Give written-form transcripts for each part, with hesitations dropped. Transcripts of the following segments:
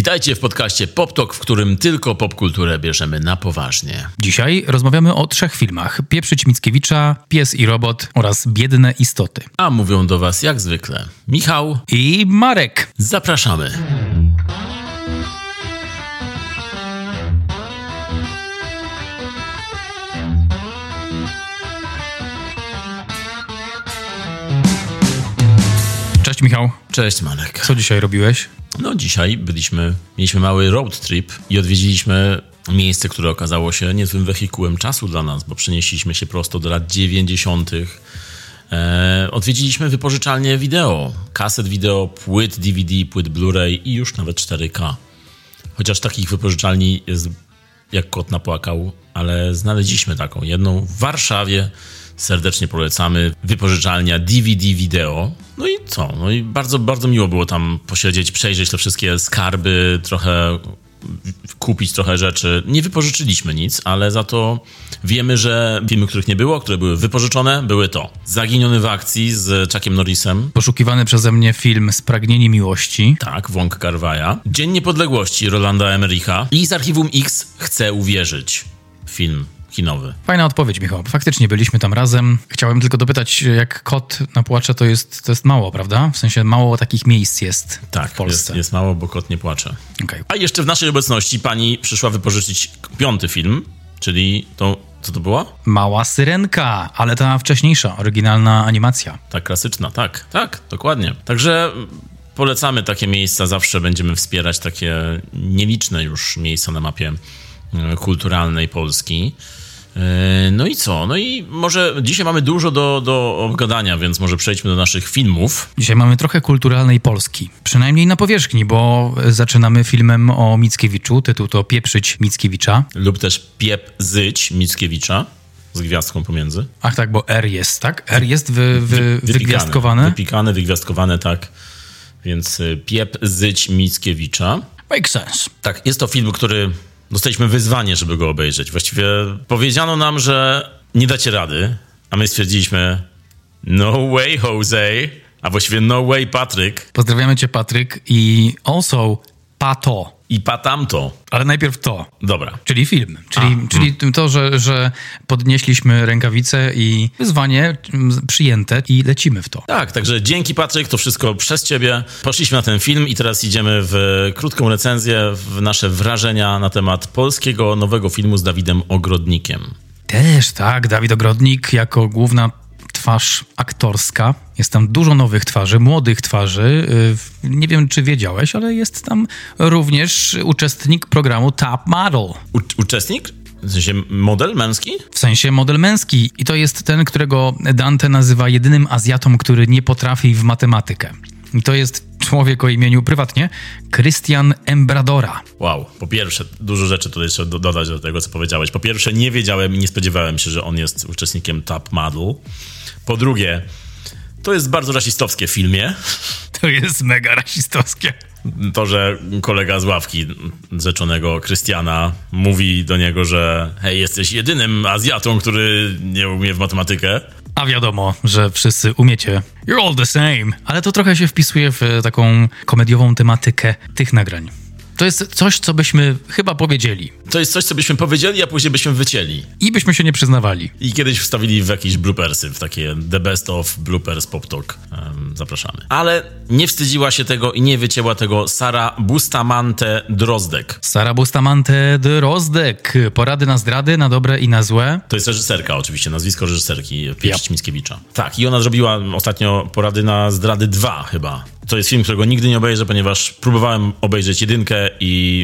Witajcie w podcaście Pop Talk, w którym tylko popkulturę bierzemy na poważnie. Dzisiaj rozmawiamy o 3 filmach. Pieprzyć Mickiewicza, Pies i robot oraz Biedne istoty. A mówią do was jak zwykle Michał i Marek. Zapraszamy. Cześć Michał. Cześć Marek. Co dzisiaj robiłeś? No dzisiaj mieliśmy mały road trip i odwiedziliśmy miejsce, które okazało się niezłym wehikułem czasu dla nas, bo przenieśliśmy się prosto do lat 90. Odwiedziliśmy wypożyczalnię wideo, kaset wideo, płyt DVD, płyt Blu-ray i już nawet 4K. Chociaż takich wypożyczalni jest jak kot napłakał, ale znaleźliśmy taką jedną w Warszawie. Serdecznie polecamy. Wypożyczalnia DVD wideo. No i co? No i bardzo, bardzo miło było tam posiedzieć, przejrzeć te wszystkie skarby, trochę kupić trochę rzeczy. Nie wypożyczyliśmy nic, ale za to wiemy, że filmy, których nie było, które były wypożyczone, były to Zaginiony w akcji z Chuckiem Norrisem. Poszukiwany przeze mnie film Spragnienie miłości. Tak, Wong Kar-wai'a. Dzień Niepodległości Rolanda Emmericha. I z Archiwum X Chcę uwierzyć. Film kinowy. Fajna odpowiedź, Michał. Faktycznie byliśmy tam razem. Chciałem tylko dopytać, jak kot napłacze, to jest mało, prawda? W sensie mało takich miejsc jest w Polsce. Jest mało, bo kot nie płacze. Okay. A jeszcze w naszej obecności pani przyszła wypożyczyć 5. film, czyli to, co to było? Mała Syrenka, ale ta wcześniejsza, oryginalna animacja. Tak, klasyczna, tak, dokładnie. Także polecamy takie miejsca, zawsze będziemy wspierać takie nieliczne już miejsca na mapie kulturalnej Polski. No i co? No i może dzisiaj mamy dużo do obgadania, więc może przejdźmy do naszych filmów. Dzisiaj mamy trochę kulturalnej Polski. Przynajmniej na powierzchni, bo zaczynamy filmem o Mickiewiczu. Tytuł to Pieprzyć Mickiewicza. Lub też Piepzyć Mickiewicza. Z gwiazdką pomiędzy. Ach tak, bo R jest, tak? R jest wygwiazdkowane? Wygwiazdkowane, tak. Więc Piepzyć Mickiewicza. Make sense. Tak, jest to film, który dostaliśmy wyzwanie, żeby go obejrzeć. Właściwie powiedziano nam, że nie dacie rady, a my stwierdziliśmy no way, Jose, a właściwie no way, Patryk. Pozdrawiamy cię, Patryk, i also Pato. I patamto. Ale najpierw to. Dobra. Czyli film. Czyli to, że podnieśliśmy rękawice i wyzwanie przyjęte i lecimy w to. Tak, także dzięki Patryk, to wszystko przez ciebie. Poszliśmy na ten film i teraz idziemy w krótką recenzję, w nasze wrażenia na temat polskiego nowego filmu z Dawidem Ogrodnikiem. Też tak, Dawid Ogrodnik jako główna twarz aktorska. Jest tam dużo nowych twarzy, młodych twarzy. Nie wiem, czy wiedziałeś, ale jest tam również uczestnik programu Top Model. Uczestnik? W sensie model męski? W sensie model męski. I to jest ten, którego Dante nazywa jedynym Azjatą, który nie potrafi w matematykę. I to jest człowiek o imieniu prywatnie Christian Embradora. Wow, po pierwsze, dużo rzeczy tutaj jeszcze dodać do tego, co powiedziałeś. Po pierwsze, nie wiedziałem i nie spodziewałem się, że on jest uczestnikiem Top Model. Po drugie, to jest bardzo rasistowskie w filmie. To jest mega rasistowskie. To, że kolega z ławki rzeczonego Krystiana mówi do niego, że hej, jesteś jedynym Azjatą, który nie umie w matematykę. A wiadomo, że wszyscy umiecie. You're all the same. Ale to trochę się wpisuje w taką komediową tematykę tych nagrań. To jest coś, co byśmy chyba powiedzieli. To jest coś, co byśmy powiedzieli, a później byśmy wycięli. I byśmy się nie przyznawali. I kiedyś wstawili w jakieś bloopersy, w takie The Best of Bloopers Pop Talk. Zapraszamy. Ale nie wstydziła się tego i nie wycięła tego Sara Bustamante-Drozdek. Sara Bustamante-Drozdek. Porady na zdrady, na dobre i na złe. To jest reżyserka oczywiście, nazwisko reżyserki Pieprzyć Mickiewicza. Tak, i ona zrobiła ostatnio Porady na zdrady 2 chyba. To jest film, którego nigdy nie obejrzę, ponieważ próbowałem obejrzeć 1 i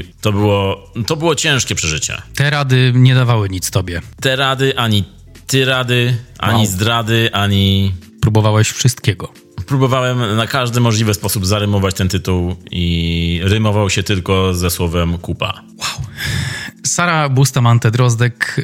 to było ciężkie przeżycie. Te rady nie dawały nic tobie. Te rady, ani ty rady, ani zdrady, ani... Próbowałeś wszystkiego. Próbowałem na każdy możliwy sposób zarymować ten tytuł i rymował się tylko ze słowem kupa. Wow. Sara Bustamante-Drozdek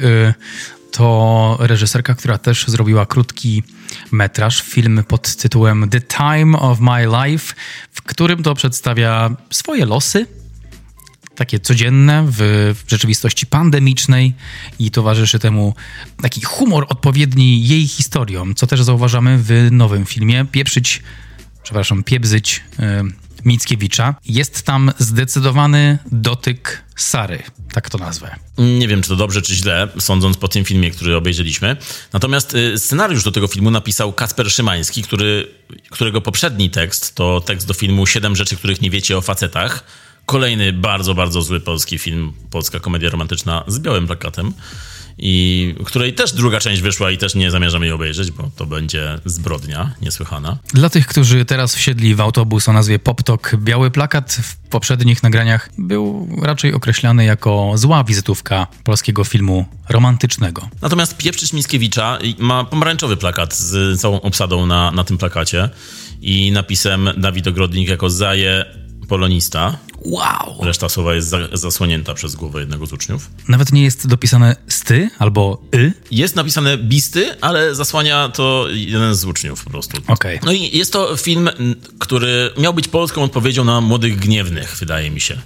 to reżyserka, która też zrobiła krótki metraż, film pod tytułem The Time of My Life, w którym to przedstawia swoje losy, takie codzienne w rzeczywistości pandemicznej i towarzyszy temu taki humor odpowiedni jej historiom, co też zauważamy w nowym filmie Piepzyć Mickiewicza. Jest tam zdecydowany dotyk Sary, tak to nazwę. Nie wiem, czy to dobrze, czy źle, sądząc po tym filmie, który obejrzeliśmy. Natomiast scenariusz do tego filmu napisał Kacper Szymański, którego poprzedni tekst to tekst do filmu 7 rzeczy, których nie wiecie o facetach. Kolejny bardzo, bardzo zły polski film, polska komedia romantyczna z białym plakatem, i której też druga część wyszła i też nie zamierzam jej obejrzeć, bo to będzie zbrodnia niesłychana. Dla tych, którzy teraz wsiedli w autobus o nazwie Pop-Talk, biały plakat w poprzednich nagraniach był raczej określany jako zła wizytówka polskiego filmu romantycznego. Natomiast Pieprzyć Mickiewicza ma pomarańczowy plakat z całą obsadą na tym plakacie i napisem Dawid Ogrodnik jako Zaje polonista. Wow! Reszta słowa jest zasłonięta przez głowę jednego z uczniów. Nawet nie jest dopisane sty albo Jest napisane bisty, ale zasłania to jeden z uczniów po prostu. Okej. No i jest to film, który miał być polską odpowiedzią na Młodych Gniewnych, wydaje mi się.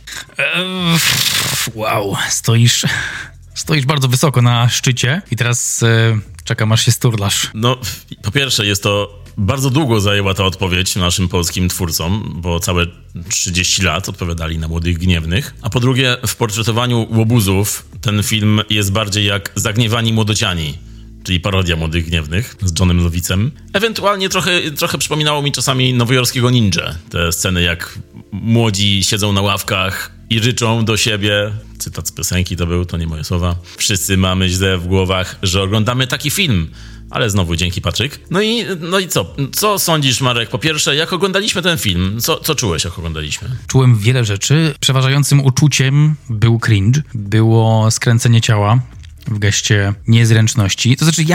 Wow, stoisz bardzo wysoko na szczycie i teraz czekam, aż się sturlasz. No, po pierwsze jest to bardzo długo zajęła ta odpowiedź naszym polskim twórcom, bo całe 30 lat odpowiadali na Młodych Gniewnych. A po drugie, w portretowaniu łobuzów ten film jest bardziej jak Zagniewani Młodociani, czyli parodia Młodych Gniewnych z Johnem Lovicem. Ewentualnie trochę przypominało mi czasami nowojorskiego Ninja. Te sceny, jak młodzi siedzą na ławkach i ryczą do siebie. Cytat z piosenki to nie moje słowa. Wszyscy mamy źle w głowach, że oglądamy taki film. Ale znowu dzięki, Patryk. No i co? Co sądzisz, Marek? Po pierwsze, jak oglądaliśmy ten film? Co czułeś, jak oglądaliśmy? Czułem wiele rzeczy. Przeważającym uczuciem był cringe. Było skręcenie ciała w geście niezręczności. To znaczy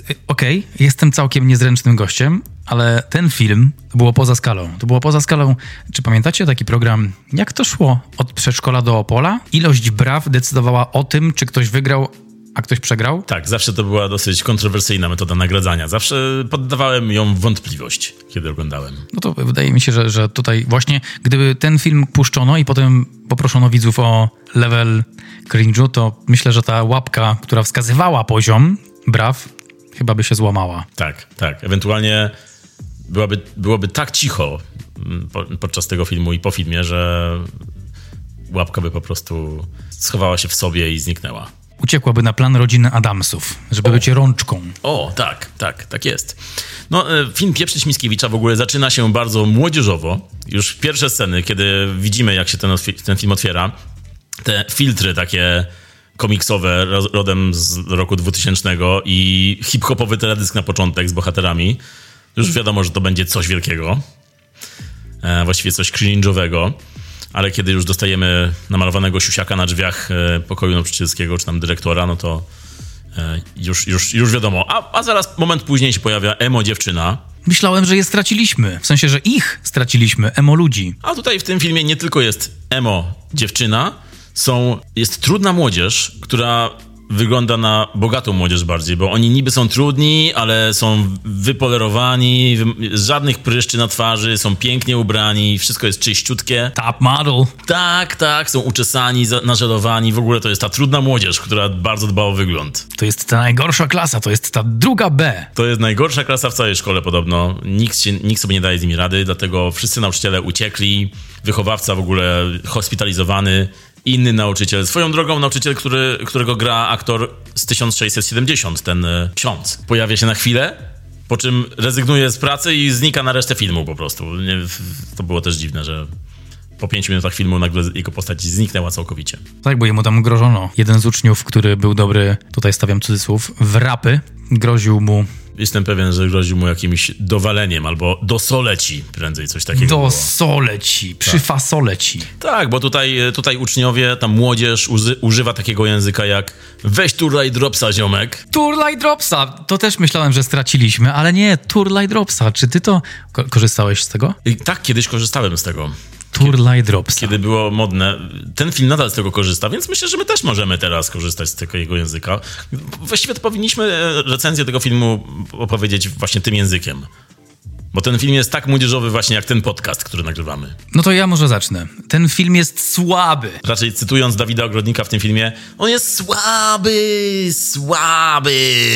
jestem całkiem niezręcznym gościem, ale ten film to było poza skalą. To było poza skalą. Czy pamiętacie taki program, jak to szło? Od przedszkola do Opola? Ilość braw decydowała o tym, czy ktoś wygrał, a ktoś przegrał? Tak, zawsze to była dosyć kontrowersyjna metoda nagradzania. Zawsze poddawałem ją w wątpliwość, kiedy oglądałem. No to wydaje mi się, że tutaj właśnie, gdyby ten film puszczono i potem poproszono widzów o level cringe'u, to myślę, że ta łapka, która wskazywała poziom braw, chyba by się złamała. Tak. Ewentualnie byłoby tak cicho podczas tego filmu i po filmie, że łapka by po prostu schowała się w sobie i zniknęła. Uciekłaby na plan rodziny Adamsów, żeby być rączką. O, tak jest. No, film Pieprzyć Mickiewicza w ogóle zaczyna się bardzo młodzieżowo. Już pierwsze sceny, kiedy widzimy, jak się ten film otwiera, te filtry takie komiksowe rodem z roku 2000 i hip-hopowy teledysk na początek z bohaterami. Już wiadomo, że to będzie coś wielkiego. Właściwie coś cringe'owego. Ale kiedy już dostajemy namalowanego siusiaka na drzwiach pokoju nauczycielskiego, czy tam dyrektora, no to już wiadomo. A zaraz moment później się pojawia emo dziewczyna. Myślałem, że je straciliśmy. W sensie, że ich straciliśmy. Emo ludzi. A tutaj w tym filmie nie tylko jest emo dziewczyna, jest trudna młodzież, która wygląda na bogatą młodzież bardziej, bo oni niby są trudni, ale są wypolerowani, żadnych pryszczy na twarzy, są pięknie ubrani, wszystko jest czyściutkie. Top model. Tak, są uczesani, nażelowani. W ogóle to jest ta trudna młodzież, która bardzo dba o wygląd. To jest ta najgorsza klasa, to jest ta druga B. To jest najgorsza klasa w całej szkole podobno. Nikt sobie nie daje z nimi rady, dlatego wszyscy nauczyciele uciekli, wychowawca w ogóle hospitalizowany, inny nauczyciel. Swoją drogą nauczyciel, którego gra aktor z 1670, ten ksiądz. Pojawia się na chwilę, po czym rezygnuje z pracy i znika na resztę filmu po prostu. To było też dziwne, że po 5 minutach filmu nagle jego postać zniknęła całkowicie. Tak, bo jemu tam grożono. Jeden z uczniów, który był dobry, tutaj stawiam cudzysłów, w rapy, groził mu... Jestem pewien, że groził mu jakimś dowaleniem albo dosolę ci, prędzej coś takiego było. Dosolę ci, przyfasolę ci. Tak, bo tutaj uczniowie, ta młodzież używa takiego języka jak weź turlaj dropsa, ziomek. Turlaj dropsa! To też myślałem, że straciliśmy, ale nie, turlaj dropsa. Czy ty to korzystałeś z tego? Tak, kiedyś korzystałem z tego. Turlaj dropsa. Kiedy było modne. Ten film nadal z tego korzysta, więc myślę, że my też możemy teraz korzystać z takiego języka. Właściwie to powinniśmy recenzję tego filmu opowiedzieć właśnie tym językiem. Bo ten film jest tak młodzieżowy właśnie jak ten podcast, który nagrywamy. No to ja może zacznę. Ten film jest słaby. Raczej cytując Dawida Ogrodnika w tym filmie, on jest słaby.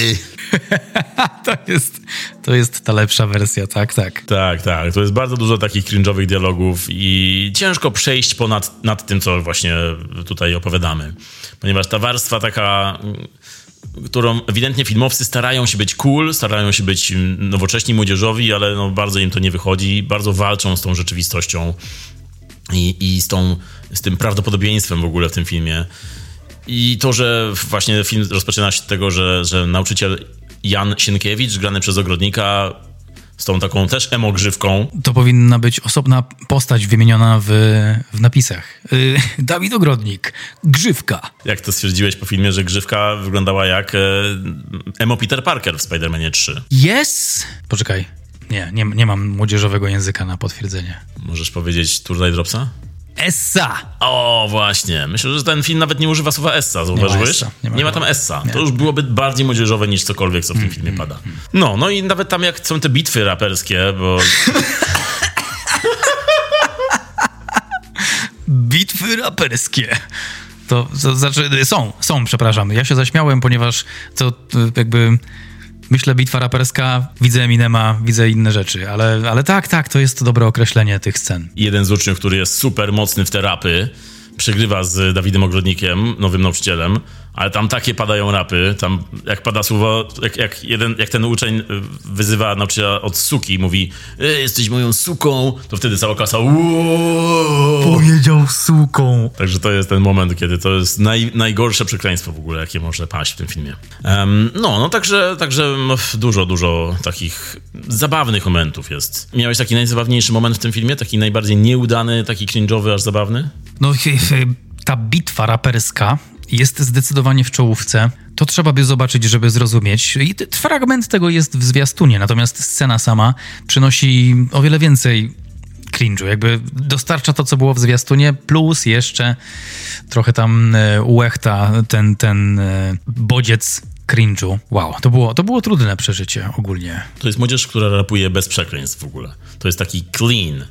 To jest ta lepsza wersja, tak. Tak. To jest bardzo dużo takich cringe'owych dialogów i ciężko przejść nad tym, co właśnie tutaj opowiadamy. Ponieważ ta warstwa taka, którą ewidentnie filmowcy starają się być cool, starają się być nowocześni, młodzieżowi, ale no bardzo im to nie wychodzi. Bardzo walczą z tą rzeczywistością i z tym prawdopodobieństwem w ogóle w tym filmie. I to, że właśnie film rozpoczyna się od tego, że nauczyciel Jan Sienkiewicz, grany przez Ogrodnika, z tą taką też emo-grzywką. To powinna być osobna postać wymieniona w napisach. Dawid Ogrodnik, grzywka. Jak to stwierdziłeś po filmie, że grzywka wyglądała jak emo Peter Parker w Spider-Manie 3. Yes! Poczekaj. Nie mam młodzieżowego języka na potwierdzenie. Możesz powiedzieć Turtle Dropsa? Essa! O, właśnie. Myślę, że ten film nawet nie używa słowa essa, zauważyłeś? Nie ma tam essa. Nie. To już byłoby bardziej młodzieżowe niż cokolwiek, co w tym filmie pada. No i nawet tam jak są te bitwy raperskie, bo... Bitwy raperskie. To znaczy, przepraszam. Ja się zaśmiałem, ponieważ to jakby... Myślę, bitwa raperska, widzę Eminema, widzę inne rzeczy, ale tak, to jest dobre określenie tych scen. Jeden z uczniów, który jest super mocny w te rapy, przegrywa z Dawidem Ogrodnikiem, nowym nauczycielem, ale tam takie padają rapy, tam jak pada słowo, jak ten uczeń wyzywa nauczyciela od suki, mówi jesteś moją suką, to wtedy cała klasa powiedział suką. Także to jest ten moment, kiedy to jest najgorsze przekleństwo w ogóle, jakie może paść w tym filmie. Także dużo takich zabawnych momentów jest. Miałeś taki najzabawniejszy moment w tym filmie? Taki najbardziej nieudany, taki cringe'owy, aż zabawny? No ta bitwa raperska jest zdecydowanie w czołówce. To trzeba by zobaczyć, żeby zrozumieć. I fragment tego jest w zwiastunie, natomiast scena sama przynosi o wiele więcej cringe'u. Jakby dostarcza to, co było w zwiastunie, plus jeszcze trochę tam ułechta ten bodziec cringe'u. Wow, to było trudne przeżycie ogólnie. To jest młodzież, która rapuje bez przekleństw w ogóle. To jest taki clean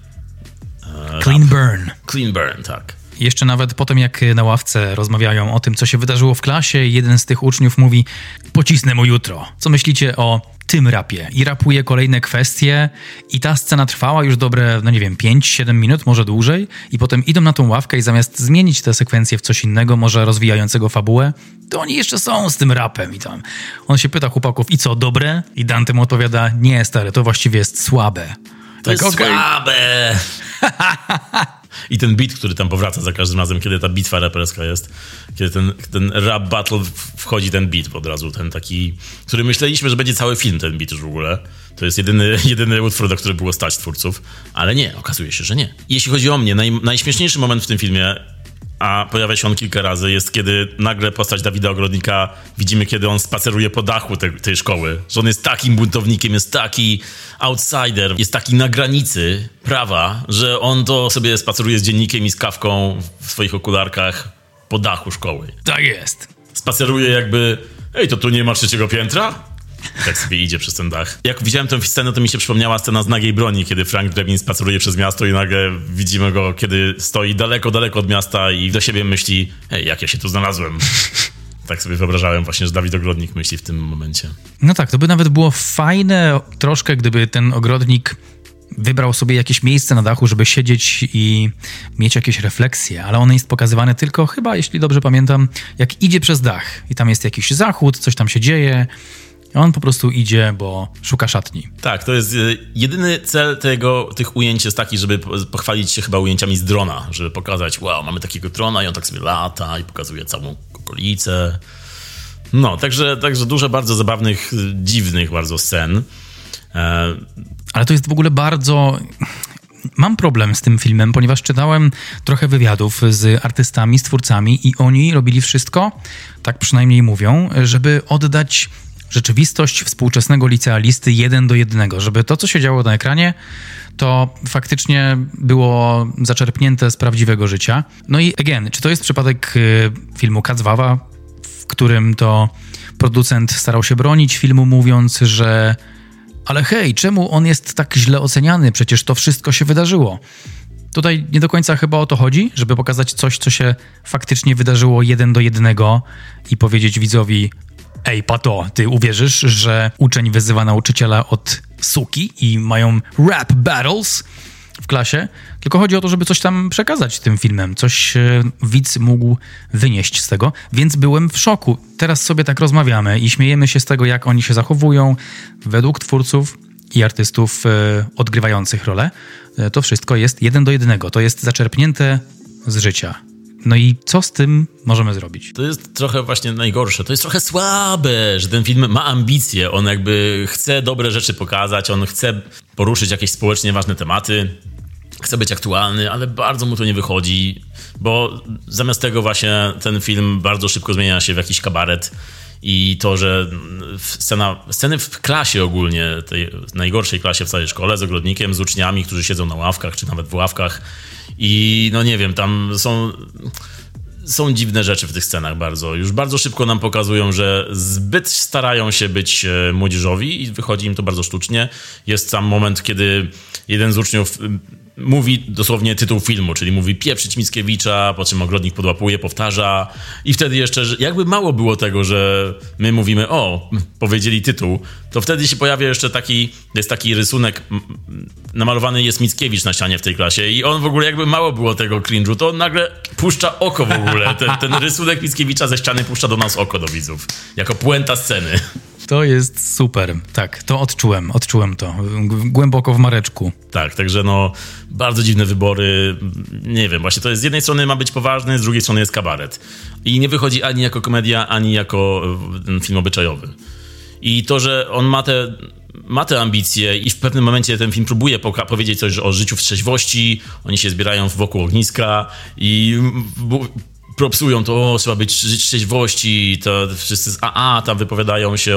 burn. Clean burn, tak. Jeszcze nawet po tym, jak na ławce rozmawiają o tym, co się wydarzyło w klasie, jeden z tych uczniów mówi: pocisnę mu jutro. Co myślicie o tym rapie? I rapuje kolejne kwestie i ta scena trwała już dobre, 5-7 minut, może dłużej, i potem idą na tą ławkę i zamiast zmienić tę sekwencję w coś innego, może rozwijającego fabułę, to oni jeszcze są z tym rapem i tam. On się pyta chłopaków: i co, dobre? I Dante mu odpowiada: nie, stary, to właściwie jest słabe. To jest słabe! I ten beat, który tam powraca za każdym razem, kiedy ta bitwa raperska jest, kiedy ten rap battle wchodzi, ten beat od razu, ten taki, który myśleliśmy, że będzie cały film, ten beat już w ogóle. To jest jedyny utwór, do którego było stać twórców, ale nie, okazuje się, że nie. Jeśli chodzi o mnie, najśmieszniejszy moment w tym filmie, a pojawia się on kilka razy, jest kiedy nagle postać Dawida Ogrodnika widzimy, kiedy on spaceruje po dachu tej szkoły. Że on jest takim buntownikiem, jest taki outsider, jest taki na granicy prawa, że on to sobie spaceruje z dziennikiem i z kawką w swoich okularkach po dachu szkoły. Tak jest. Spaceruje jakby: ej, to tu nie ma 3. piętra? Tak sobie idzie przez ten dach. Jak widziałem tę scenę, to mi się przypomniała scena z Nagiej Broni, kiedy Frank Drebin spaceruje przez miasto i nagle widzimy go, kiedy stoi daleko od miasta i do siebie myśli: hej, jak ja się tu znalazłem. Tak sobie wyobrażałem właśnie, że Dawid Ogrodnik myśli w tym momencie. No tak, to by nawet było fajne troszkę, gdyby ten Ogrodnik wybrał sobie jakieś miejsce na dachu, żeby siedzieć i mieć jakieś refleksje, ale on jest pokazywany tylko, chyba, jeśli dobrze pamiętam, jak idzie przez dach i tam jest jakiś zachód, coś tam się dzieje. On po prostu idzie, bo szuka szatni. Tak, to jest jedyny cel tych ujęć jest taki, żeby pochwalić się chyba ujęciami z drona, żeby pokazać: wow, mamy takiego drona i on tak sobie lata i pokazuje całą okolicę. No, także dużo bardzo zabawnych, dziwnych bardzo scen. Ale to jest w ogóle bardzo... Mam problem z tym filmem, ponieważ czytałem trochę wywiadów z artystami, z twórcami i oni robili wszystko, tak przynajmniej mówią, żeby oddać rzeczywistość współczesnego licealisty 1:1, żeby to, co się działo na ekranie, to faktycznie było zaczerpnięte z prawdziwego życia. No i again, czy to jest przypadek filmu Kacwawa, w którym to producent starał się bronić filmu, mówiąc, że ale hej, czemu on jest tak źle oceniany? Przecież to wszystko się wydarzyło. Tutaj nie do końca chyba o to chodzi, żeby pokazać coś, co się faktycznie wydarzyło 1:1 i powiedzieć widzowi: Ej, Pato, ty uwierzysz, że uczeń wyzywa nauczyciela od suki i mają rap battles w klasie? Tylko chodzi o to, żeby coś tam przekazać tym filmem, coś widz mógł wynieść z tego, więc byłem w szoku. Teraz sobie tak rozmawiamy i śmiejemy się z tego, jak oni się zachowują według twórców i artystów odgrywających rolę. To wszystko jest 1:1, to jest zaczerpnięte z życia. No i co z tym możemy zrobić? To jest trochę właśnie najgorsze. To jest trochę słabe, że ten film ma ambicje. On jakby chce dobre rzeczy pokazać, on chce poruszyć jakieś społecznie ważne tematy, chce być aktualny, ale bardzo mu to nie wychodzi, bo zamiast tego właśnie ten film bardzo szybko zmienia się w jakiś kabaret i to, że sceny w klasie ogólnie, tej najgorszej klasie w całej szkole, z ogrodnikiem, z uczniami, którzy siedzą na ławkach, czy nawet w ławkach i no nie wiem, tam są dziwne rzeczy w tych scenach bardzo. Już bardzo szybko nam pokazują, że zbyt starają się być młodzieżowi i wychodzi im to bardzo sztucznie. Jest tam moment, kiedy jeden z uczniów mówi dosłownie tytuł filmu, czyli mówi pieprzyć Mickiewicza, po czym ogrodnik podłapuje, powtarza i wtedy jeszcze, jakby mało było tego, że my mówimy, powiedzieli tytuł, to wtedy się pojawia jeszcze taki rysunek, namalowany jest Mickiewicz na ścianie w tej klasie i on w ogóle jakby mało było tego cringe'u, to on nagle puszcza oko w ogóle, ten rysunek Mickiewicza ze ściany puszcza do nas oko, do widzów, jako puenta sceny. To jest super. Tak, to odczułem to. Głęboko w mareczku. Tak, także bardzo dziwne wybory. Nie wiem, właśnie to jest z jednej strony ma być poważny, z drugiej strony jest kabaret. I nie wychodzi ani jako komedia, ani jako film obyczajowy. I to, że on ma te ambicje i w pewnym momencie ten film próbuje powiedzieć coś o życiu w trzeźwości, oni się zbierają wokół ogniska i propsują to, trzeba żyć w trzeźwości, to wszyscy z AA tam wypowiadają się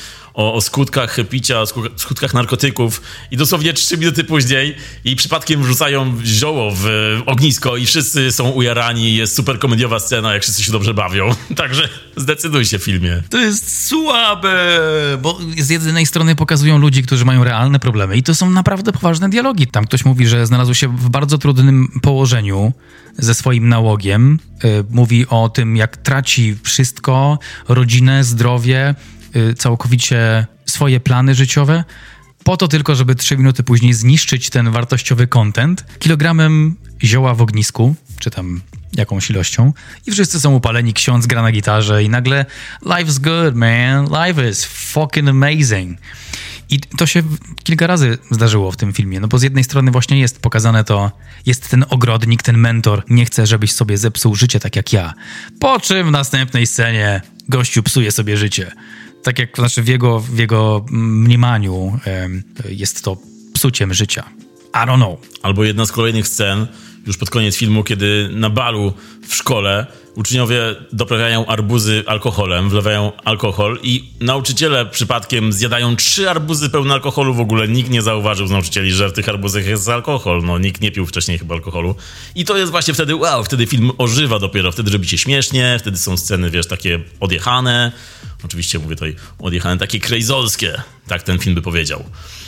o skutkach picia, o skutkach narkotyków i dosłownie 3 minuty później i przypadkiem wrzucają zioło w ognisko i wszyscy są ujarani, jest super komediowa scena, jak wszyscy się dobrze bawią. Także zdecyduj się, filmie. To jest słabe, bo z jednej strony pokazują ludzi, którzy mają realne problemy i to są naprawdę poważne dialogi. Tam ktoś mówi, że znalazł się w bardzo trudnym położeniu ze swoim nałogiem. Mówi o tym, jak traci wszystko, rodzinę, zdrowie, całkowicie swoje plany życiowe, po to tylko, żeby 3 minuty później zniszczyć ten wartościowy content kilogramem zioła w ognisku, czy tam jakąś ilością i wszyscy są upaleni, ksiądz gra na gitarze i nagle life's good, man, life is fucking amazing. I to się kilka razy zdarzyło w tym filmie, no bo z jednej strony właśnie jest pokazane to, jest ten ogrodnik, ten mentor, nie chce, żebyś sobie zepsuł życie tak jak ja. Po czym w następnej scenie gościu psuje sobie życie. Tak jak w jego mniemaniu jest to psuciem życia. I don't know. Albo jedna z kolejnych scen, już pod koniec filmu, kiedy na balu w szkole uczniowie doprawiają arbuzy alkoholem, wlewają alkohol i nauczyciele przypadkiem zjadają 3 arbuzy pełne alkoholu. W ogóle nikt nie zauważył z nauczycieli, że w tych arbuzach jest alkohol. Nikt nie pił wcześniej chyba alkoholu. I to jest właśnie wtedy, wtedy film ożywa dopiero. Wtedy robi się śmiesznie, wtedy są sceny, takie odjechane. Oczywiście mówię tutaj odjechane, takie krejzolskie. Tak ten film by powiedział.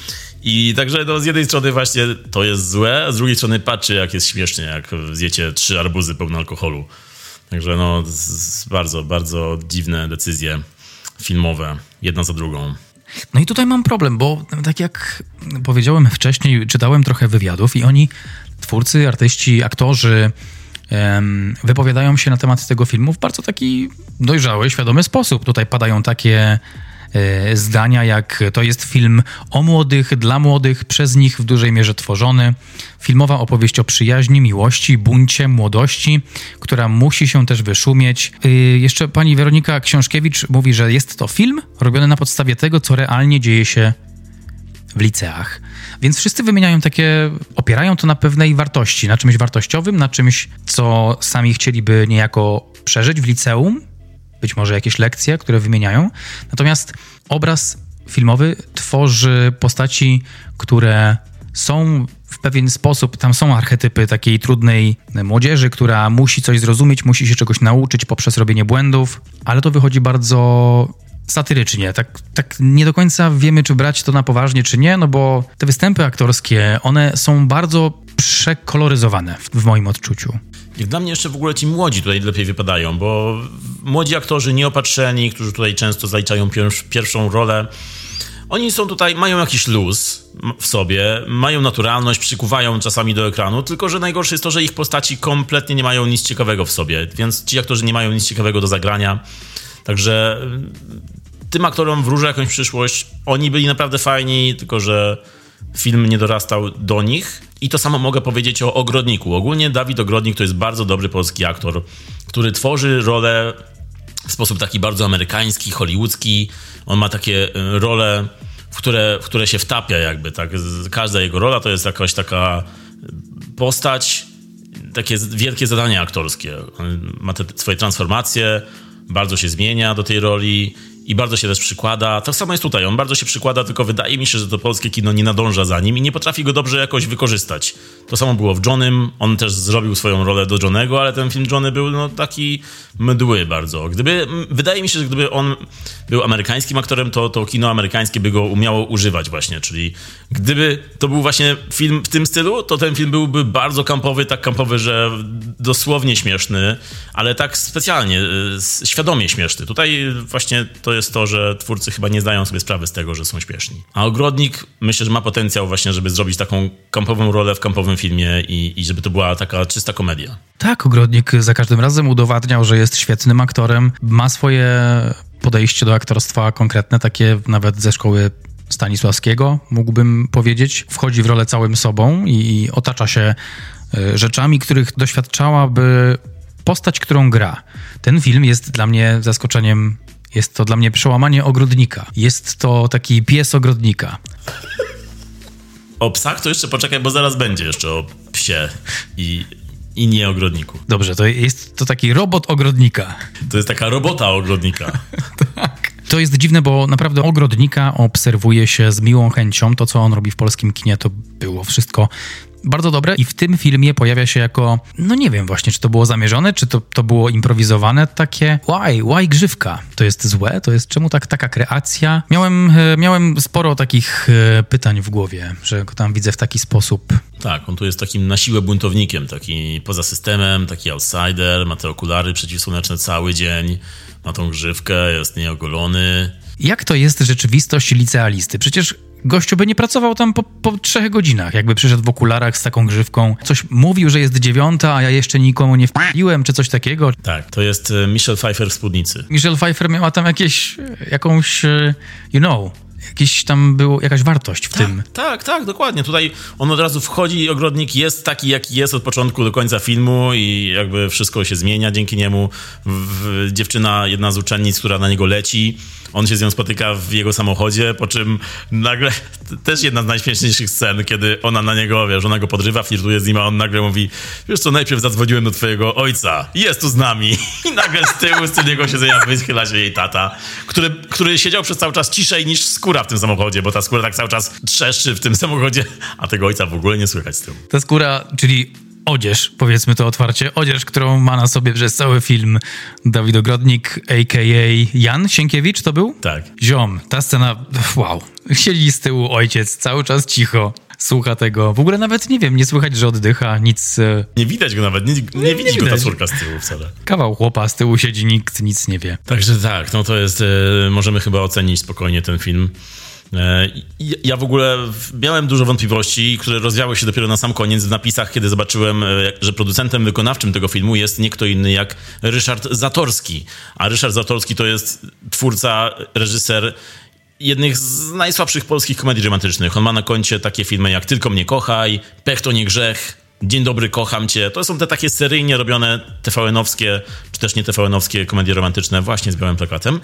I także z jednej strony właśnie to jest złe, a z drugiej strony patrzy, jak jest śmiesznie, jak zjecie 3 arbuzy pełne alkoholu. Także bardzo, bardzo dziwne decyzje filmowe, jedna za drugą. No i tutaj mam problem, bo tak jak powiedziałem wcześniej, czytałem trochę wywiadów i oni, twórcy, artyści, aktorzy, wypowiadają się na temat tego filmu w bardzo taki dojrzały, świadomy sposób. Tutaj padają takie zdania, jak to jest film o młodych, dla młodych, przez nich w dużej mierze tworzony. Filmowa opowieść o przyjaźni, miłości, buncie, młodości, która musi się też wyszumieć. Jeszcze pani Weronika Książkiewicz mówi, że jest to film robiony na podstawie tego, co realnie dzieje się w liceach. Więc wszyscy wymieniają opierają to na pewnej wartości, na czymś wartościowym, na czymś, co sami chcieliby niejako przeżyć w liceum. Być może jakieś lekcje, które wymieniają. Natomiast obraz filmowy tworzy postaci, które są w pewien sposób, tam są archetypy takiej trudnej młodzieży, która musi coś zrozumieć, musi się czegoś nauczyć poprzez robienie błędów, ale to wychodzi bardzo satyrycznie. Tak nie do końca wiemy, czy brać to na poważnie, czy nie, no bo te występy aktorskie, one są bardzo przekoloryzowane w moim odczuciu. Jak dla mnie jeszcze w ogóle ci młodzi tutaj lepiej wypadają, bo młodzi aktorzy nieopatrzeni, którzy tutaj często zaliczają pierwszą rolę. Oni są tutaj, mają jakiś luz w sobie, mają naturalność, przykuwają czasami do ekranu, tylko że najgorsze jest to, że ich postaci kompletnie nie mają nic ciekawego w sobie, więc ci aktorzy nie mają nic ciekawego do zagrania. Także tym aktorom wróżę jakąś przyszłość. Oni byli naprawdę fajni, tylko że film nie dorastał do nich. I to samo mogę powiedzieć o Ogrodniku. Ogólnie Dawid Ogrodnik to jest bardzo dobry polski aktor, który tworzy rolę w sposób taki bardzo amerykański, hollywoodzki. On ma takie role, w które się wtapia jakby. Tak? Każda jego rola to jest jakaś taka postać, takie wielkie zadanie aktorskie. On ma te swoje transformacje, bardzo się zmienia do tej roli i bardzo się też przykłada. To samo jest tutaj. On bardzo się przykłada, tylko wydaje mi się, że to polskie kino nie nadąża za nim i nie potrafi go dobrze jakoś wykorzystać. To samo było w Johnnym. On też zrobił swoją rolę do Johnnego, ale ten film Johnny był taki mdły bardzo. Wydaje mi się, że gdyby on był amerykańskim aktorem, to kino amerykańskie by go umiało używać właśnie. Czyli gdyby to był właśnie film w tym stylu, to ten film byłby bardzo kampowy, tak kampowy, że dosłownie śmieszny, ale tak specjalnie, świadomie śmieszny. Tutaj właśnie to jest to, że twórcy chyba nie zdają sobie sprawy z tego, że są śmieszni. A Ogrodnik myślę, że ma potencjał właśnie, żeby zrobić taką kampową rolę w kampowym filmie i żeby to była taka czysta komedia. Tak, Ogrodnik za każdym razem udowadniał, że jest świetnym aktorem. Ma swoje podejście do aktorstwa konkretne, takie nawet ze szkoły Stanisławskiego, mógłbym powiedzieć. Wchodzi w rolę całym sobą i otacza się rzeczami, których doświadczałaby postać, którą gra. Ten film jest dla mnie zaskoczeniem. Jest to dla mnie przełamanie Ogrodnika. Jest to taki pies Ogrodnika. O psach to jeszcze poczekaj, bo zaraz będzie jeszcze o psie i nie Ogrodniku. Dobrze, to jest to taki robot Ogrodnika. To jest taka robota Ogrodnika. Tak. To jest dziwne, bo naprawdę Ogrodnika obserwuje się z miłą chęcią. To, co on robi w polskim kinie, to było wszystko bardzo dobre i w tym filmie pojawia się jako, no nie wiem właśnie, czy to było zamierzone, czy to było improwizowane, takie why grzywka? To jest złe? To jest czemu taka kreacja? Miałem sporo takich pytań w głowie, że go tam widzę w taki sposób. Tak, on tu jest takim na siłę buntownikiem, taki poza systemem, taki outsider, ma te okulary przeciwsłoneczne cały dzień, ma tą grzywkę, jest nieogolony. Jak to jest rzeczywistość licealisty? Przecież gościu by nie pracował tam po 3 godzinach, jakby przyszedł w okularach z taką grzywką. Coś mówił, że jest 9, a ja jeszcze nikomu nie wpiłem, czy coś takiego. Tak, to jest Michelle Pfeiffer w spódnicy. Michelle Pfeiffer miała tam jakąś, tam było jakaś wartość w tym. Tak, dokładnie. Tutaj on od razu wchodzi i Ogrodnik jest taki, jaki jest od początku do końca filmu i jakby wszystko się zmienia dzięki niemu. Dziewczyna, jedna z uczennic, która na niego leci, on się z nią spotyka w jego samochodzie, po czym nagle, też jedna z najśmieszniejszych scen, kiedy ona na niego, ona go podrywa, flirtuje z nim, a on nagle mówi, wiesz co, najpierw zadzwoniłem do twojego ojca, jest tu z nami. I nagle z tyłu, z tylnego siedzenia wychyla się jej tata, który siedział przez cały czas ciszej niż skóra w tym samochodzie, bo ta skóra tak cały czas trzeszczy w tym samochodzie, a tego ojca w ogóle nie słychać z tyłu. Ta skóra, czyli odzież, powiedzmy to otwarcie, odzież, którą ma na sobie przez cały film Dawid Ogrodnik, a.k.a. Jan Sienkiewicz to był? Tak. Ziom, ta scena, wow. Siedzi z tyłu ojciec, cały czas cicho, słucha tego. W ogóle nawet, nie wiem, nie słychać, że oddycha, nic. Nie widać go nawet, nie widzi go ta córka z tyłu wcale. Kawał chłopa, z tyłu siedzi, nikt nic nie wie. Także tak, no to jest, możemy chyba ocenić spokojnie ten film. Ja w ogóle miałem dużo wątpliwości, które rozwiały się dopiero na sam koniec w napisach, kiedy zobaczyłem, że producentem wykonawczym tego filmu jest nie kto inny jak Ryszard Zatorski. A Ryszard Zatorski to jest twórca, reżyser jednych z najsłabszych polskich komedii romantycznych. On ma na koncie takie filmy jak Tylko mnie kochaj, Pech to nie grzech, Dzień dobry, kocham cię. To są te takie seryjnie robione TVN-owskie, czy też nie TVN-owskie komedie romantyczne właśnie z białym plakatem.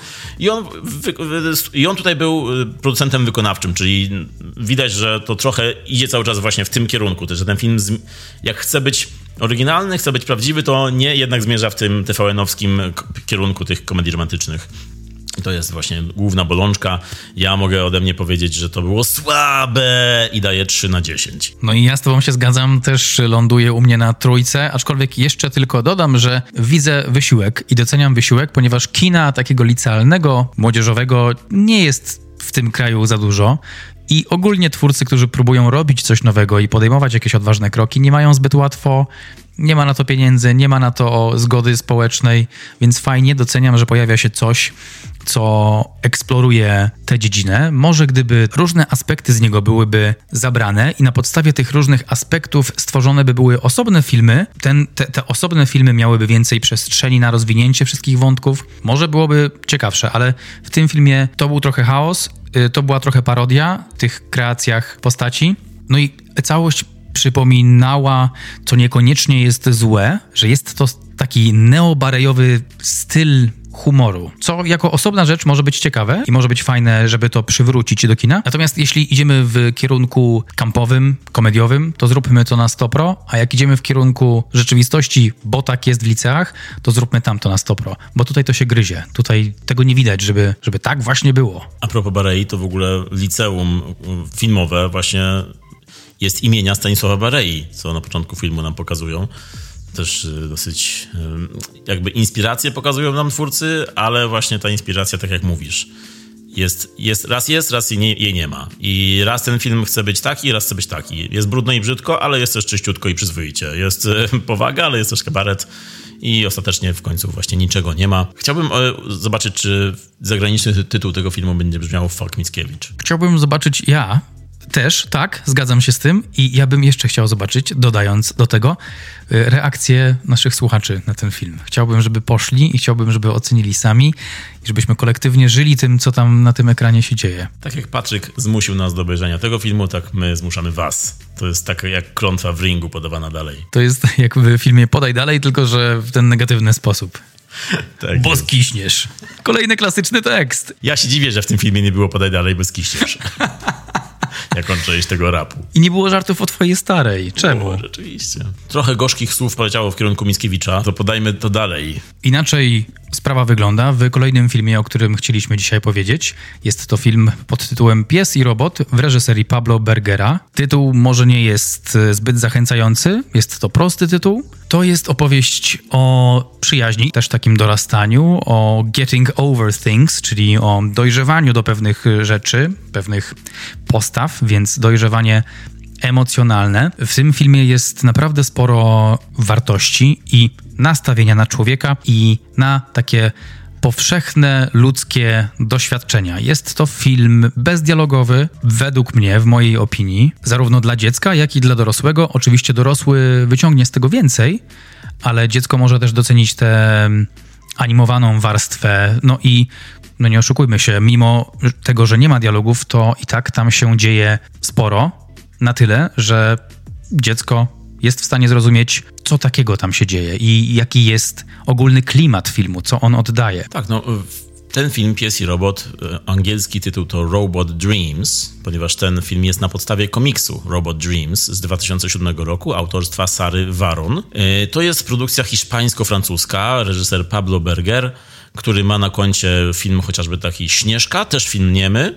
I on tutaj był producentem wykonawczym, czyli widać, że to trochę idzie cały czas właśnie w tym kierunku. Że ten film, jak chce być oryginalny, chce być prawdziwy, to nie jednak zmierza w tym TVN-owskim kierunku tych komedii romantycznych. I to jest właśnie główna bolączka. Ja mogę ode mnie powiedzieć, że to było słabe i daję 3/10. No i ja z tobą się zgadzam, też ląduje u mnie na 3, aczkolwiek jeszcze tylko dodam, że widzę wysiłek i doceniam wysiłek, ponieważ kina takiego licealnego, młodzieżowego nie jest w tym kraju za dużo. I ogólnie twórcy, którzy próbują robić coś nowego i podejmować jakieś odważne kroki, nie mają zbyt łatwo Nie ma na to pieniędzy, nie ma na to zgody społecznej, więc fajnie, doceniam, że pojawia się coś, co eksploruje tę dziedzinę. Może gdyby różne aspekty z niego byłyby zabrane i na podstawie tych różnych aspektów stworzone by były osobne filmy, te osobne filmy miałyby więcej przestrzeni na rozwinięcie wszystkich wątków, może byłoby ciekawsze, ale w tym filmie to był trochę chaos, to była trochę parodia w tych kreacjach postaci, no i całość przypominała, co niekoniecznie jest złe, że jest to taki neobarejowy styl humoru, co jako osobna rzecz może być ciekawe i może być fajne, żeby to przywrócić do kina. Natomiast jeśli idziemy w kierunku kampowym, komediowym, to zróbmy to na 100%, a jak idziemy w kierunku rzeczywistości, bo tak jest w liceach, to zróbmy tamto na 100%, bo tutaj to się gryzie. Tutaj tego nie widać, żeby tak właśnie było. A propos Barei, to w ogóle liceum filmowe właśnie jest imienia Stanisława Barei, co na początku filmu nam pokazują. Też dosyć jakby inspiracje pokazują nam twórcy, ale właśnie ta inspiracja, tak jak mówisz, raz jej nie ma. I raz ten film chce być taki, raz chce być taki. Jest brudno i brzydko, ale jest też czyściutko i przyzwoicie. Jest powaga, ale jest też kabaret i ostatecznie w końcu właśnie niczego nie ma. Chciałbym zobaczyć, czy zagraniczny tytuł tego filmu będzie brzmiał Fuck Mickiewicz. Chciałbym zobaczyć też, tak, zgadzam się z tym i ja bym jeszcze chciał zobaczyć, dodając do tego, reakcje naszych słuchaczy na ten film. Chciałbym, żeby poszli i chciałbym, żeby ocenili sami i żebyśmy kolektywnie żyli tym, co tam na tym ekranie się dzieje. Tak jak Patryk zmusił nas do obejrzenia tego filmu, tak my zmuszamy was. To jest tak jak klątwa w ringu podawana dalej. To jest jak w filmie Podaj dalej, tylko że w ten negatywny sposób. Tak bo jest. skiśniesz. Kolejny klasyczny tekst. Ja się dziwię, że w tym filmie nie było Podaj dalej, bo skiśniesz. Jak on część tego rapu. I nie było żartów o twojej starej. Czemu? O, rzeczywiście. Trochę gorzkich słów poleciało w kierunku Mickiewicza, to podajmy to dalej. Inaczej sprawa wygląda w kolejnym filmie, o którym chcieliśmy dzisiaj powiedzieć. Jest to film pod tytułem Pies i robot w reżyserii Pablo Bergera. Tytuł może nie jest zbyt zachęcający, jest to prosty tytuł. To jest opowieść o przyjaźni, też takim dorastaniu, o getting over things, czyli o dojrzewaniu do pewnych rzeczy, pewnych postaw, więc dojrzewanie emocjonalne. W tym filmie jest naprawdę sporo wartości i nastawienia na człowieka i na takie powszechne ludzkie doświadczenia. Jest to film bezdialogowy, według mnie, w mojej opinii, zarówno dla dziecka, jak i dla dorosłego. Oczywiście dorosły wyciągnie z tego więcej, ale dziecko może też docenić tę animowaną warstwę. No i nie oszukujmy się, mimo tego, że nie ma dialogów, to i tak tam się dzieje sporo. Na tyle, że dziecko jest w stanie zrozumieć, co takiego tam się dzieje i jaki jest ogólny klimat filmu, co on oddaje. Tak, ten film Pies i robot, angielski tytuł to Robot Dreams, ponieważ ten film jest na podstawie komiksu Robot Dreams z 2007 roku, autorstwa Sary Varon. To jest produkcja hiszpańsko-francuska, reżyser Pablo Berger, który ma na koncie film chociażby taki Śnieżka, też film niemy,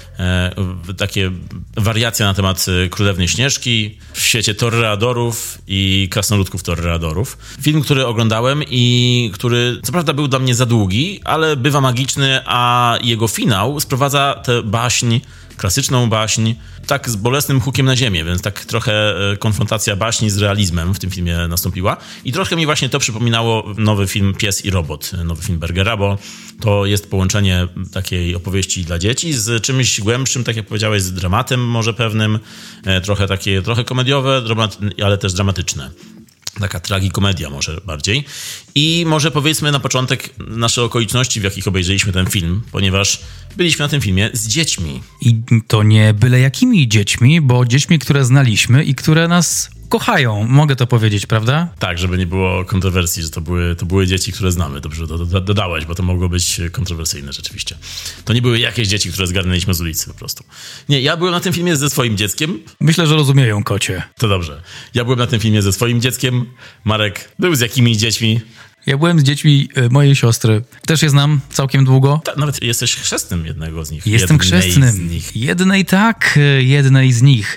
takie wariacje na temat Królewnej Śnieżki w świecie toreadorów i krasnoludków toreadorów. Film, który oglądałem i który co prawda był dla mnie za długi, ale bywa magiczny, a jego finał sprowadza tę baśń, klasyczną baśń, tak z bolesnym hukiem na ziemię, więc tak trochę konfrontacja baśni z realizmem w tym filmie nastąpiła. I trochę mi właśnie to przypominało nowy film Pies i robot, nowy film Bergera, bo to jest połączenie takiej opowieści dla dzieci z czymś głębszym, tak jak powiedziałeś, z dramatem może pewnym, trochę komediowe, ale też dramatyczne. Taka tragikomedia może bardziej. I może powiedzmy na początek nasze okoliczności, w jakich obejrzeliśmy ten film, ponieważ byliśmy na tym filmie z dziećmi. I to nie byle jakimi dziećmi, bo dziećmi, które znaliśmy i które nas kochają. Mogę to powiedzieć, prawda? Tak, żeby nie było kontrowersji, że to były dzieci, które znamy. Dobrze to dodałeś, bo to mogło być kontrowersyjne rzeczywiście. To nie były jakieś dzieci, które zgarnęliśmy z ulicy po prostu. Nie, ja byłem na tym filmie ze swoim dzieckiem. Myślę, że rozumieją, kocie. To dobrze. Ja byłem na tym filmie ze swoim dzieckiem. Marek był z jakimiś dziećmi. Ja byłem z dziećmi mojej siostry. Też je znam całkiem długo. Nawet jesteś chrzestnym jednego z nich. Jestem chrzestnym. Jednej z nich.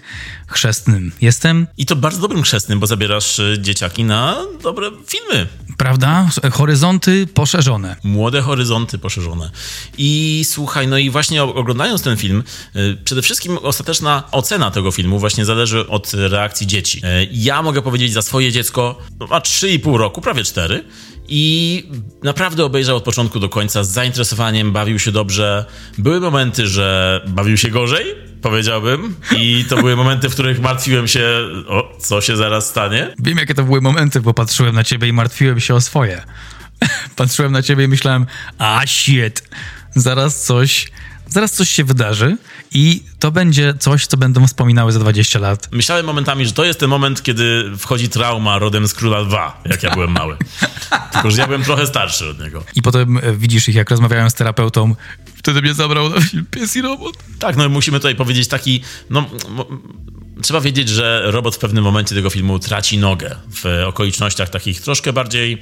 chrzestnym jestem. I to bardzo dobrym chrzestnym, bo zabierasz dzieciaki na dobre filmy. Prawda? Horyzonty poszerzone. Młode horyzonty poszerzone. I słuchaj, no i właśnie oglądając ten film, przede wszystkim ostateczna ocena tego filmu właśnie zależy od reakcji dzieci. Ja mogę powiedzieć za swoje dziecko, ma 3,5 roku, prawie 4, i naprawdę obejrzał od początku do końca z zainteresowaniem, bawił się dobrze. Były momenty, że bawił się gorzej, powiedziałbym, i to były momenty, w których martwiłem się, co się zaraz stanie. Wiem, jakie to były momenty, bo patrzyłem na ciebie i martwiłem się o swoje. Patrzyłem na ciebie i myślałem, shit, zaraz coś się wydarzy i to będzie coś, co będą wspominały za 20 lat. Myślałem momentami, że to jest ten moment, kiedy wchodzi trauma rodem z Króla Lwa, jak ja byłem mały. Tylko, że ja byłem trochę starszy od niego. I potem widzisz ich, jak rozmawiają z terapeutą. Wtedy mnie zabrał na film Pies i Robot. Tak, no musimy tutaj powiedzieć taki, trzeba wiedzieć, że robot w pewnym momencie tego filmu traci nogę w okolicznościach takich troszkę bardziej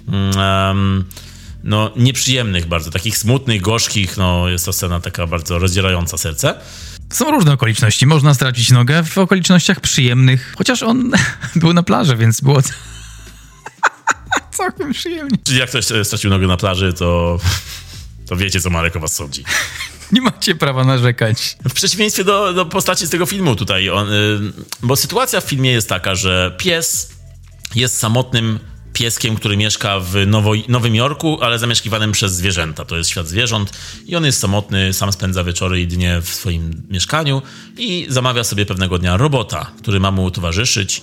nieprzyjemnych bardzo, takich smutnych, gorzkich. Jest to scena taka bardzo rozdzierająca serce. Są różne okoliczności. Można stracić nogę w okolicznościach przyjemnych, chociaż on był na plaży, więc było całkiem przyjemnie. Czyli jak ktoś stracił nogę na plaży, to wiecie, co Marek o was sądzi. Nie macie prawa narzekać. W przeciwieństwie do postaci z tego filmu tutaj, bo sytuacja w filmie jest taka, że pies jest samotnym pieskiem, który mieszka w Nowym Jorku, ale zamieszkiwanym przez zwierzęta. To jest świat zwierząt i on jest samotny, sam spędza wieczory i dnie w swoim mieszkaniu i zamawia sobie pewnego dnia robota, który ma mu towarzyszyć.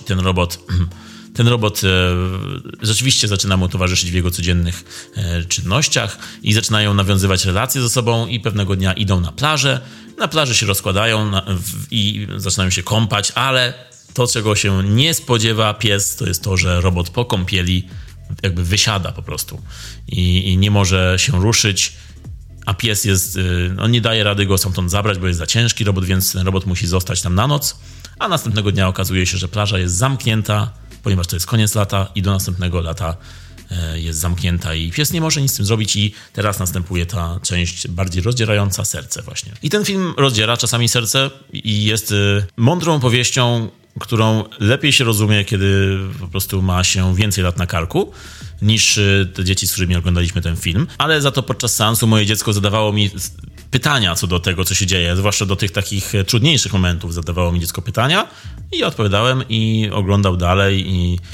Ten robot rzeczywiście zaczyna mu towarzyszyć w jego codziennych czynnościach i zaczynają nawiązywać relacje ze sobą i pewnego dnia idą na plażę. Na plaży się rozkładają i zaczynają się kąpać, ale to, czego się nie spodziewa pies, to jest to, że robot po kąpieli jakby wysiada po prostu i nie może się ruszyć, a pies nie daje rady go stamtąd zabrać, bo jest za ciężki robot, więc ten robot musi zostać tam na noc, a następnego dnia okazuje się, że plaża jest zamknięta, ponieważ to jest koniec lata i do następnego lata jest zamknięta i pies nie może nic z tym zrobić i teraz następuje ta część bardziej rozdzierająca serce właśnie. I ten film rozdziera czasami serce i jest mądrą powieścią, którą lepiej się rozumie, kiedy po prostu ma się więcej lat na karku, niż te dzieci, z którymi oglądaliśmy ten film. Ale za to podczas seansu moje dziecko zadawało mi pytania co do tego, co się dzieje, zwłaszcza do tych takich trudniejszych momentów zadawało mi dziecko pytania i ja odpowiadałem i oglądał dalej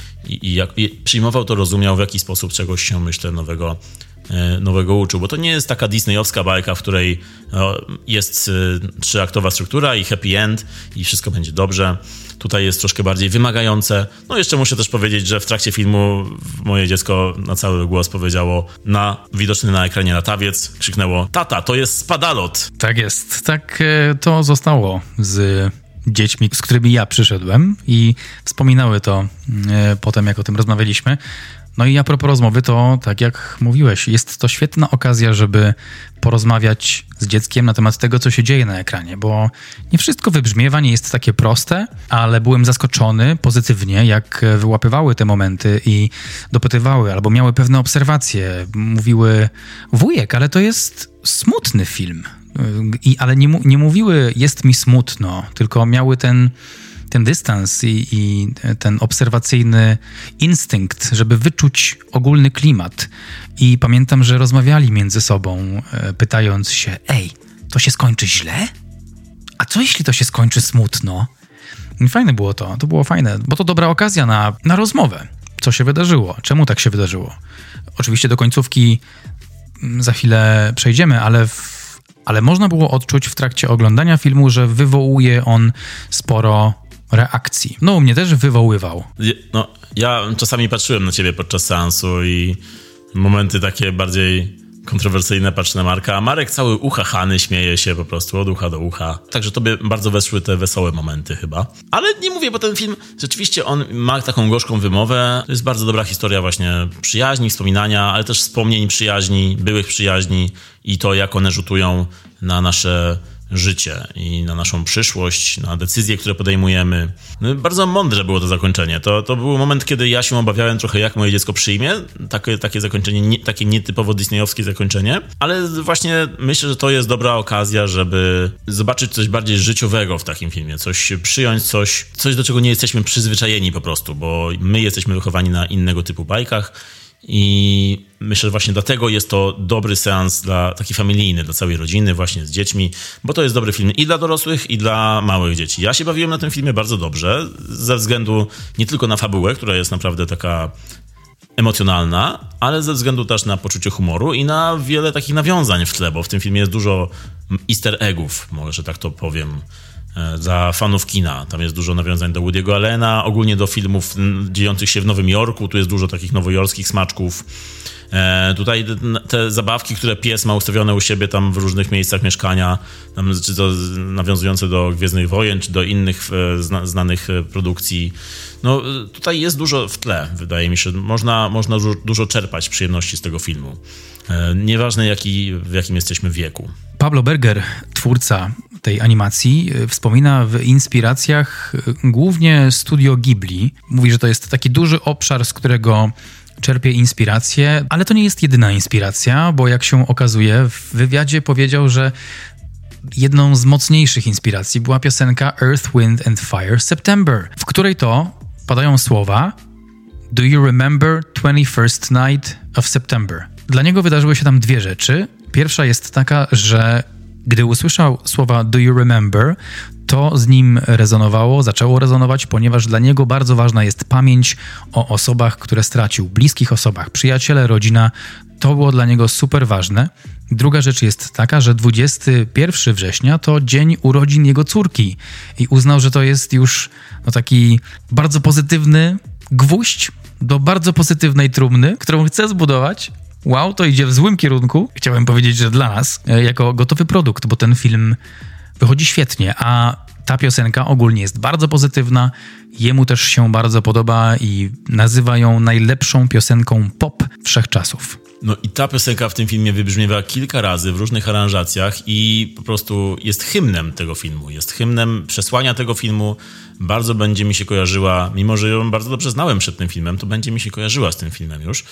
i przyjmował to, rozumiał, w jaki sposób czegoś się, myślę, nowego uczył, bo to nie jest taka disneyowska bajka, w której jest trzyaktowa struktura i happy end i wszystko będzie dobrze. Tutaj jest troszkę bardziej wymagające. Jeszcze muszę też powiedzieć, że w trakcie filmu moje dziecko na cały głos powiedziało widoczny na ekranie latawiec, krzyknęło: tata, to jest spadalot. Tak jest. Tak to zostało z dziećmi, z którymi ja przyszedłem i wspominały to potem, jak o tym rozmawialiśmy. No i a propos rozmowy, to tak jak mówiłeś, jest to świetna okazja, żeby porozmawiać z dzieckiem na temat tego, co się dzieje na ekranie, bo nie wszystko wybrzmiewa, nie jest takie proste, ale byłem zaskoczony pozytywnie, jak wyłapywały te momenty i dopytywały albo miały pewne obserwacje. Mówiły: wujek, ale to jest smutny film. Ale nie mówiły: jest mi smutno, tylko miały ten dystans i ten obserwacyjny instynkt, żeby wyczuć ogólny klimat. I pamiętam, że rozmawiali między sobą, pytając się: to się skończy źle? A co jeśli to się skończy smutno? I fajne było to było fajne, bo to dobra okazja na rozmowę. Co się wydarzyło? Czemu tak się wydarzyło? Oczywiście do końcówki za chwilę przejdziemy, ale można było odczuć w trakcie oglądania filmu, że wywołuje on sporo reakcji. U mnie też wywoływał. Ja czasami patrzyłem na ciebie podczas seansu i momenty takie bardziej kontrowersyjne patrzę na Marka, a Marek cały uchachany, śmieje się po prostu od ucha do ucha. Także tobie bardzo weszły te wesołe momenty chyba. Ale nie mówię, bo ten film rzeczywiście on ma taką gorzką wymowę. To jest bardzo dobra historia właśnie przyjaźni, wspominania, ale też wspomnień przyjaźni, byłych przyjaźni i to, jak one rzutują na nasze życie i na naszą przyszłość, na decyzje, które podejmujemy. No, bardzo mądre było to zakończenie. To był moment, kiedy ja się obawiałem trochę, jak moje dziecko przyjmie. Takie zakończenie, takie nietypowo disneyowskie zakończenie. Ale właśnie myślę, że to jest dobra okazja, żeby zobaczyć coś bardziej życiowego w takim filmie. Coś przyjąć, coś do czego nie jesteśmy przyzwyczajeni po prostu, bo my jesteśmy wychowani na innego typu bajkach. I myślę, że właśnie dlatego jest to dobry seans taki familijny, dla całej rodziny, właśnie z dziećmi, bo to jest dobry film i dla dorosłych, i dla małych dzieci. Ja się bawiłem na tym filmie bardzo dobrze, ze względu nie tylko na fabułę, która jest naprawdę taka emocjonalna, ale ze względu też na poczucie humoru i na wiele takich nawiązań w tle, bo w tym filmie jest dużo easter eggów, może tak to powiem, dla fanów kina. Tam jest dużo nawiązań do Woody'ego Allena, ogólnie do filmów dziejących się w Nowym Jorku. Tu jest dużo takich nowojorskich smaczków. Tutaj te zabawki, które pies ma ustawione u siebie tam w różnych miejscach mieszkania, tam, czy to nawiązujące do Gwiezdnych Wojen, czy do innych znanych produkcji. No, tutaj jest dużo w tle, wydaje mi się. Można dużo czerpać przyjemności z tego filmu. Nieważne w jakim jesteśmy wieku. Pablo Berger, twórca tej animacji, wspomina w inspiracjach głównie Studio Ghibli. Mówi, że to jest taki duży obszar, z którego czerpie inspirację, ale to nie jest jedyna inspiracja, bo jak się okazuje, w wywiadzie powiedział, że jedną z mocniejszych inspiracji była piosenka Earth, Wind and Fire September, w której to padają słowa Do you remember 21st night of September? Dla niego wydarzyły się tam dwie rzeczy. Pierwsza jest taka, że gdy usłyszał słowa Do you remember, to z nim zaczęło rezonować, ponieważ dla niego bardzo ważna jest pamięć o osobach, które stracił, bliskich osobach, przyjaciele, rodzina. To było dla niego super ważne. Druga rzecz jest taka, że 21 września to dzień urodzin jego córki i uznał, że to jest już taki bardzo pozytywny gwóźdź do bardzo pozytywnej trumny, którą chce zbudować. Wow, to idzie w złym kierunku. Chciałem powiedzieć, że dla nas, jako gotowy produkt, bo ten film wychodzi świetnie, a ta piosenka ogólnie jest bardzo pozytywna. Jemu też się bardzo podoba i nazywa ją najlepszą piosenką pop wszechczasów. No i ta piosenka w tym filmie wybrzmiewa kilka razy w różnych aranżacjach i po prostu jest hymnem tego filmu. Jest hymnem przesłania tego filmu. Bardzo będzie mi się kojarzyła, mimo że ją bardzo dobrze znałem przed tym filmem, to będzie mi się kojarzyła z tym filmem już.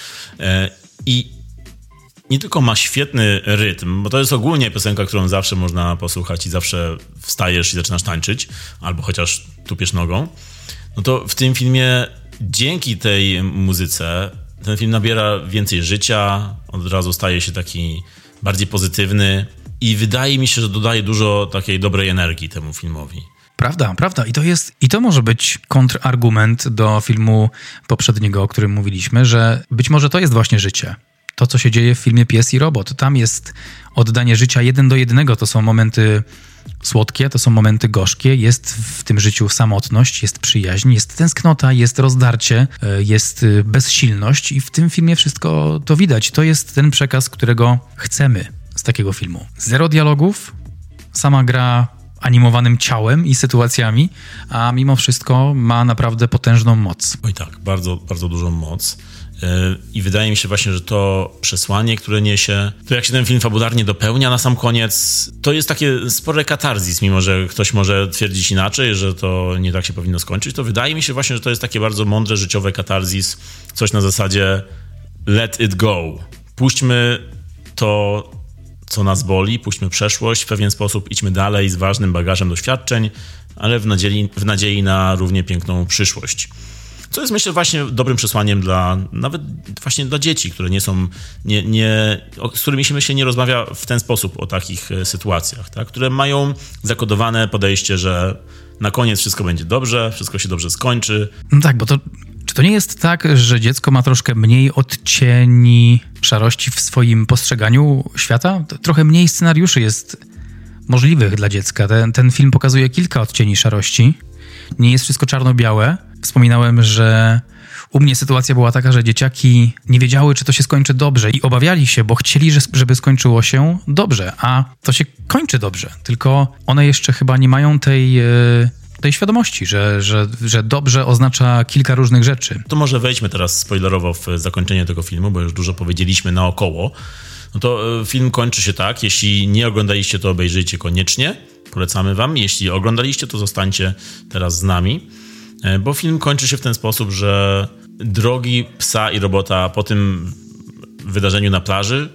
I nie tylko ma świetny rytm, bo to jest ogólnie piosenka, którą zawsze można posłuchać i zawsze wstajesz i zaczynasz tańczyć, albo chociaż tupiesz nogą, no to w tym filmie dzięki tej muzyce ten film nabiera więcej życia, od razu staje się taki bardziej pozytywny i wydaje mi się, że dodaje dużo takiej dobrej energii temu filmowi. Prawda. I to może być kontrargument do filmu poprzedniego, o którym mówiliśmy, że być może to jest właśnie życie. To, co się dzieje w filmie Pies i Robot. Tam jest oddanie życia 1:1. To są momenty słodkie, to są momenty gorzkie. Jest w tym życiu samotność, jest przyjaźń, jest tęsknota, jest rozdarcie, jest bezsilność i w tym filmie wszystko to widać. To jest ten przekaz, którego chcemy z takiego filmu. 0 dialogów, sama gra animowanym ciałem i sytuacjami, a mimo wszystko ma naprawdę potężną moc. Oj tak, bardzo, bardzo dużą moc. I wydaje mi się właśnie, że to przesłanie, które niesie, to jak się ten film fabularnie dopełnia na sam koniec, to jest takie spore katarzis, mimo że ktoś może twierdzić inaczej, że to nie tak się powinno skończyć, to wydaje mi się właśnie, że to jest takie bardzo mądre, życiowe katarzis, coś na zasadzie let it go. Puśćmy to, co nas boli, puśćmy przeszłość, w pewien sposób idźmy dalej z ważnym bagażem doświadczeń, ale w nadziei na równie piękną przyszłość. Co jest, myślę, właśnie dobrym przesłaniem nawet właśnie dla dzieci, które nie są, z którymi się, myślę, nie rozmawia w ten sposób o takich sytuacjach, tak? Które mają zakodowane podejście, że na koniec wszystko będzie dobrze, wszystko się dobrze skończy. No tak, bo czy to nie jest tak, że dziecko ma troszkę mniej odcieni szarości w swoim postrzeganiu świata? Trochę mniej scenariuszy jest możliwych dla dziecka. Ten film pokazuje kilka odcieni szarości. Nie jest wszystko czarno-białe. Wspominałem, że u mnie sytuacja była taka, że dzieciaki nie wiedziały, czy to się skończy dobrze i obawiali się, bo chcieli, żeby skończyło się dobrze, a to się kończy dobrze, tylko one jeszcze chyba nie mają tej świadomości, że dobrze oznacza kilka różnych rzeczy. To może wejdźmy teraz spoilerowo w zakończenie tego filmu, bo już dużo powiedzieliśmy naokoło. no to film kończy się tak. Jeśli nie oglądaliście, to obejrzyjcie koniecznie. Polecamy wam. Jeśli oglądaliście, to zostańcie teraz z nami. Bo film kończy się w ten sposób, że drogi psa i robota po tym wydarzeniu na plaży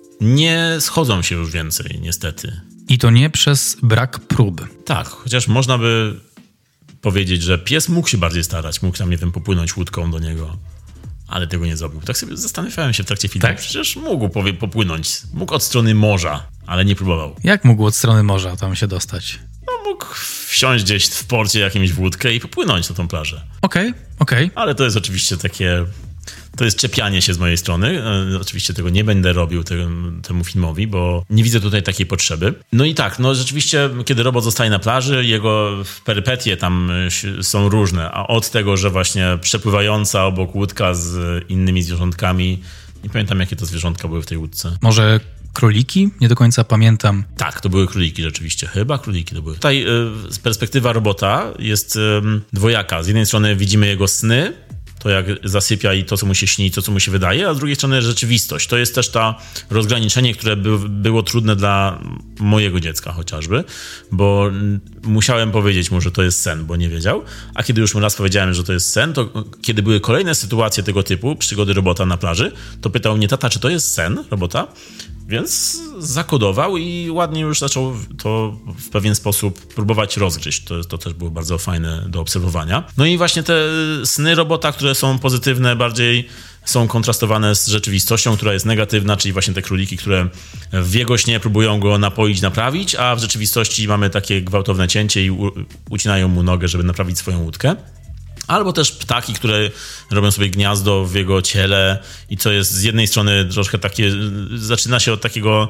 nie schodzą się już więcej, niestety. I to nie przez brak prób. Tak, chociaż można by powiedzieć, że pies mógł się bardziej starać, mógł tam, nie wiem, popłynąć łódką do niego, ale tego nie zrobił. Tak sobie zastanawiałem się w trakcie filmu. Tak? Przecież mógł popłynąć, mógł od strony morza, ale nie próbował. Jak mógł od strony morza tam się dostać? No, mógł wsiąść gdzieś w porcie jakimś w łódkę i popłynąć na tą plażę. Okej. Ale to jest oczywiście takie... To jest czepianie się z mojej strony. Oczywiście tego nie będę robił temu filmowi, bo nie widzę tutaj takiej potrzeby. No i tak, no rzeczywiście, kiedy robot zostaje na plaży, jego perypetie tam są różne. A od tego, że właśnie przepływająca obok łódka z innymi zwierzątkami... Nie pamiętam, jakie to zwierzątka były w tej łódce. Może króliki? Nie do końca pamiętam. Tak, to były króliki rzeczywiście. Chyba króliki to były. Tutaj z perspektywa robota jest dwojaka. Z jednej strony widzimy jego sny, to jak zasypia i to, co mu się śni, to, co mu się wydaje, a z drugiej strony rzeczywistość. To jest też to rozgraniczenie, które było trudne dla mojego dziecka chociażby, bo musiałem powiedzieć mu, że to jest sen, bo nie wiedział, a kiedy już mu raz powiedziałem, że to jest sen, to kiedy były kolejne sytuacje tego typu, przygody robota na plaży, to pytał mnie tata, czy to jest sen robota? Więc zakodował i ładnie już zaczął to w pewien sposób próbować rozgryźć. To też było bardzo fajne do obserwowania. No i właśnie te sny robota, które są pozytywne, bardziej są kontrastowane z rzeczywistością, która jest negatywna, czyli właśnie te króliki, które w jego śnie próbują go napoić, naprawić, a w rzeczywistości mamy takie gwałtowne cięcie i ucinają mu nogę, żeby naprawić swoją łódkę. Albo też ptaki, które robią sobie gniazdo w jego ciele i co jest z jednej strony troszkę takie, zaczyna się od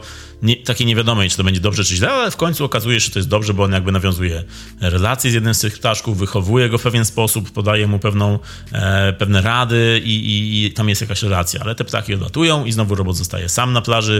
takiej niewiadomej, czy to będzie dobrze, czy źle, ale w końcu okazuje się, że to jest dobrze, bo on jakby nawiązuje relacje z jednym z tych ptaszków, wychowuje go w pewien sposób, podaje mu pewne rady i tam jest jakaś relacja, ale te ptaki odlatują i znowu robot zostaje sam na plaży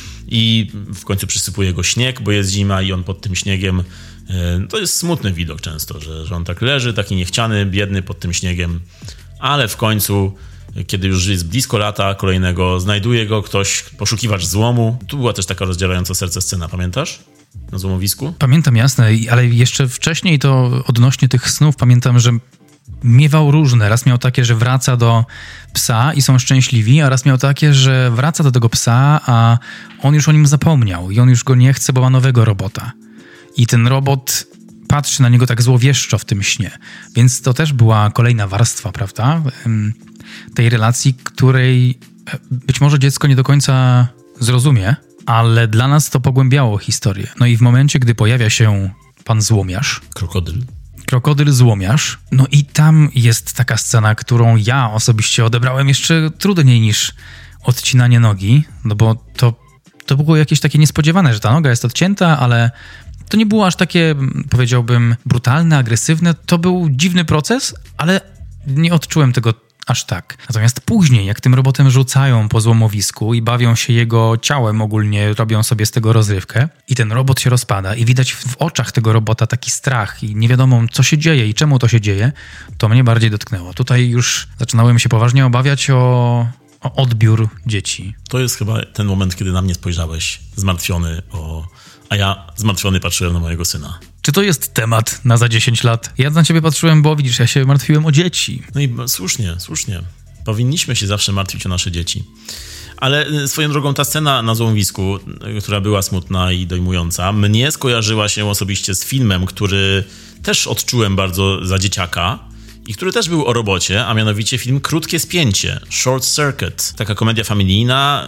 i w końcu przysypuje go śnieg, bo jest zima i on pod tym śniegiem. To jest smutny widok często, że on tak leży, taki niechciany, biedny pod tym śniegiem, ale w końcu, kiedy już jest blisko lata kolejnego, znajduje go ktoś, poszukiwacz złomu. Tu była też taka rozdzierająca serce scena, pamiętasz? Na złomowisku? Pamiętam, jasne, ale jeszcze wcześniej to odnośnie tych snów pamiętam, że miewał różne. Raz miał takie, że wraca do psa i są szczęśliwi, a raz miał takie, że wraca do tego psa, a on już o nim zapomniał i on już go nie chce, bo ma nowego robota. I ten robot patrzy na niego tak złowieszczo w tym śnie. Więc to też była kolejna warstwa, prawda? Tej relacji, której być może dziecko nie do końca zrozumie, ale dla nas to pogłębiało historię. No i w momencie, gdy pojawia się pan złomiarz... Krokodyl złomiarz. No i tam jest taka scena, którą ja osobiście odebrałem jeszcze trudniej niż odcinanie nogi, no bo to było jakieś takie niespodziewane, że ta noga jest odcięta, ale to nie było aż takie, powiedziałbym, brutalne, agresywne. To był dziwny proces, ale nie odczułem tego aż tak. Natomiast później, jak tym robotem rzucają po złomowisku i bawią się jego ciałem ogólnie, robią sobie z tego rozrywkę i ten robot się rozpada i widać w oczach tego robota taki strach i nie wiadomo, co się dzieje i czemu to się dzieje, to mnie bardziej dotknęło. Tutaj już zaczynałem się poważnie obawiać o odbiór dzieci. To jest chyba ten moment, kiedy na mnie spojrzałeś zmartwiony, a ja zmartwiony patrzyłem na mojego syna. Czy to jest temat na za 10 lat? Ja na ciebie patrzyłem, bo widzisz, ja się martwiłem o dzieci. No i słusznie. Powinniśmy się zawsze martwić o nasze dzieci. Ale swoją drogą ta scena na złomowisku, która była smutna i dojmująca, mnie skojarzyła się osobiście z filmem, który też odczułem bardzo za dzieciaka i który też był o robocie, a mianowicie film Krótkie Spięcie, Short Circuit. Taka komedia familijna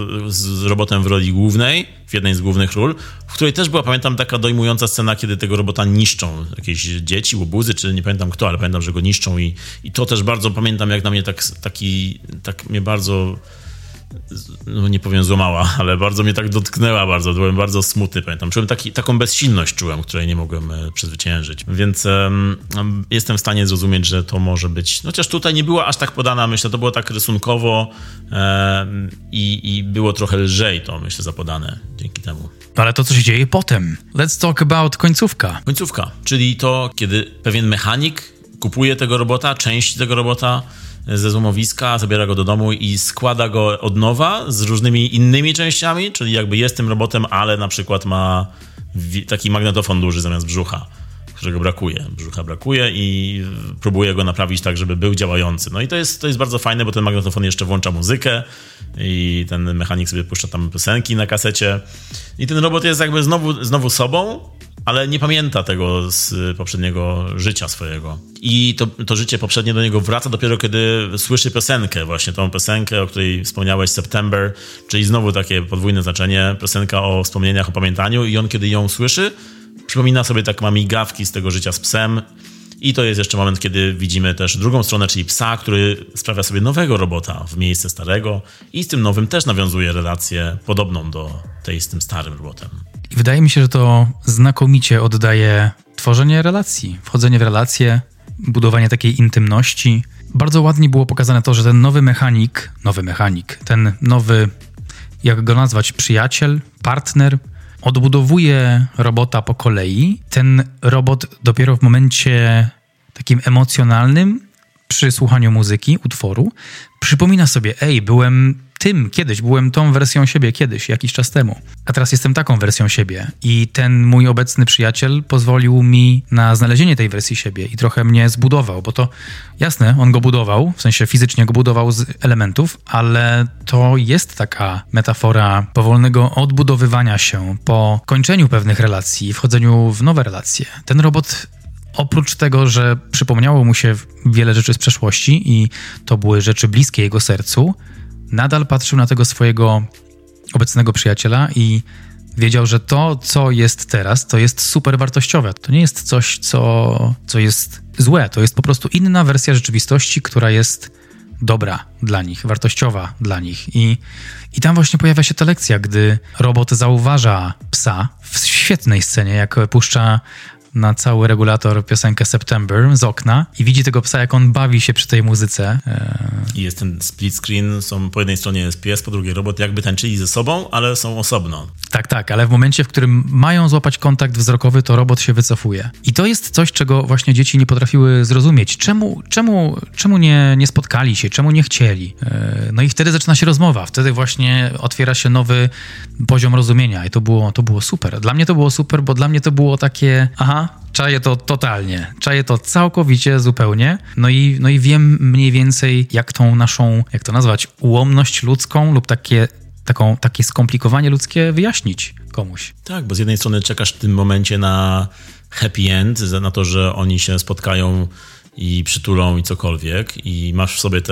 z robotem w roli głównej, w jednej z głównych ról, w której też była, pamiętam, taka dojmująca scena, kiedy tego robota niszczą. Jakieś dzieci, łobuzy, czy nie pamiętam kto, ale pamiętam, że go niszczą i to też bardzo pamiętam, jak na mnie tak mnie bardzo... No nie powiem złamała, ale bardzo mnie tak dotknęła bardzo. Byłem bardzo smutny, pamiętam. Czułem taką bezsilność, której nie mogłem przezwyciężyć. Więc jestem w stanie zrozumieć, że to może być... No chociaż tutaj nie była aż tak podana, myślę, to było tak rysunkowo i było trochę lżej to, myślę, zapodane dzięki temu. Ale to, co się dzieje potem. Let's talk about końcówka. Końcówka, czyli to, kiedy pewien mechanik kupuje tego robota, część tego robota, ze złomowiska, zabiera go do domu i składa go od nowa z różnymi innymi częściami, czyli jakby jest tym robotem, ale na przykład ma taki magnetofon duży zamiast brzucha, którego brakuje. Brzucha brakuje i próbuje go naprawić tak, żeby był działający. No i to jest bardzo fajne, bo ten magnetofon jeszcze włącza muzykę i ten mechanik sobie puszcza tam piosenki na kasecie. I ten robot jest jakby znowu sobą, ale nie pamięta tego z poprzedniego życia swojego. I to życie poprzednie do niego wraca dopiero, kiedy słyszy piosenkę, właśnie tą piosenkę, o której wspomniałeś, September, czyli znowu takie podwójne znaczenie, piosenka o wspomnieniach, o pamiętaniu i on, kiedy ją słyszy, przypomina sobie, tak ma migawki z tego życia z psem. I to jest jeszcze moment, kiedy widzimy też drugą stronę, czyli psa, który sprawia sobie nowego robota w miejsce starego i z tym nowym też nawiązuje relację podobną do tej z tym starym robotem. I wydaje mi się, że to znakomicie oddaje tworzenie relacji, wchodzenie w relacje, budowanie takiej intymności. Bardzo ładnie było pokazane to, że ten nowy mechanik, ten nowy, jak go nazwać, przyjaciel, partner, odbudowuje robota po kolei. Ten robot dopiero w momencie takim emocjonalnym, przy słuchaniu muzyki, utworu, przypomina sobie, byłem tą wersją siebie kiedyś, jakiś czas temu, a teraz jestem taką wersją siebie i ten mój obecny przyjaciel pozwolił mi na znalezienie tej wersji siebie i trochę mnie zbudował, bo to jasne, on go budował, w sensie fizycznie go budował z elementów, ale to jest taka metafora powolnego odbudowywania się po kończeniu pewnych relacji, wchodzeniu w nowe relacje. Ten robot, oprócz tego, że przypomniało mu się wiele rzeczy z przeszłości i to były rzeczy bliskie jego sercu, nadal patrzył na tego swojego obecnego przyjaciela i wiedział, że to, co jest teraz, to jest super wartościowe. To nie jest coś, co jest złe. To jest po prostu inna wersja rzeczywistości, która jest dobra dla nich, wartościowa dla nich. I tam właśnie pojawia się ta lekcja, gdy robot zauważa psa w świetnej scenie, jak puszcza na cały regulator piosenkę September z okna i widzi tego psa, jak on bawi się przy tej muzyce. I jest ten split screen, po jednej stronie jest pies, po drugiej robot, jakby tańczyli ze sobą, ale są osobno. Tak, ale w momencie, w którym mają złapać kontakt wzrokowy, to robot się wycofuje. I to jest coś, czego właśnie dzieci nie potrafiły zrozumieć. Czemu nie spotkali się, czemu nie chcieli? No i wtedy zaczyna się rozmowa, wtedy właśnie otwiera się nowy poziom rozumienia i to było super. Dla mnie to było super, bo dla mnie to było takie, czaję to totalnie, czaję to całkowicie, zupełnie. No i wiem mniej więcej, jak tą naszą, jak to nazwać, ułomność ludzką lub takie skomplikowanie ludzkie wyjaśnić komuś. Tak, bo z jednej strony czekasz w tym momencie na happy end, na to, że oni się spotkają i przytulą i cokolwiek i masz w sobie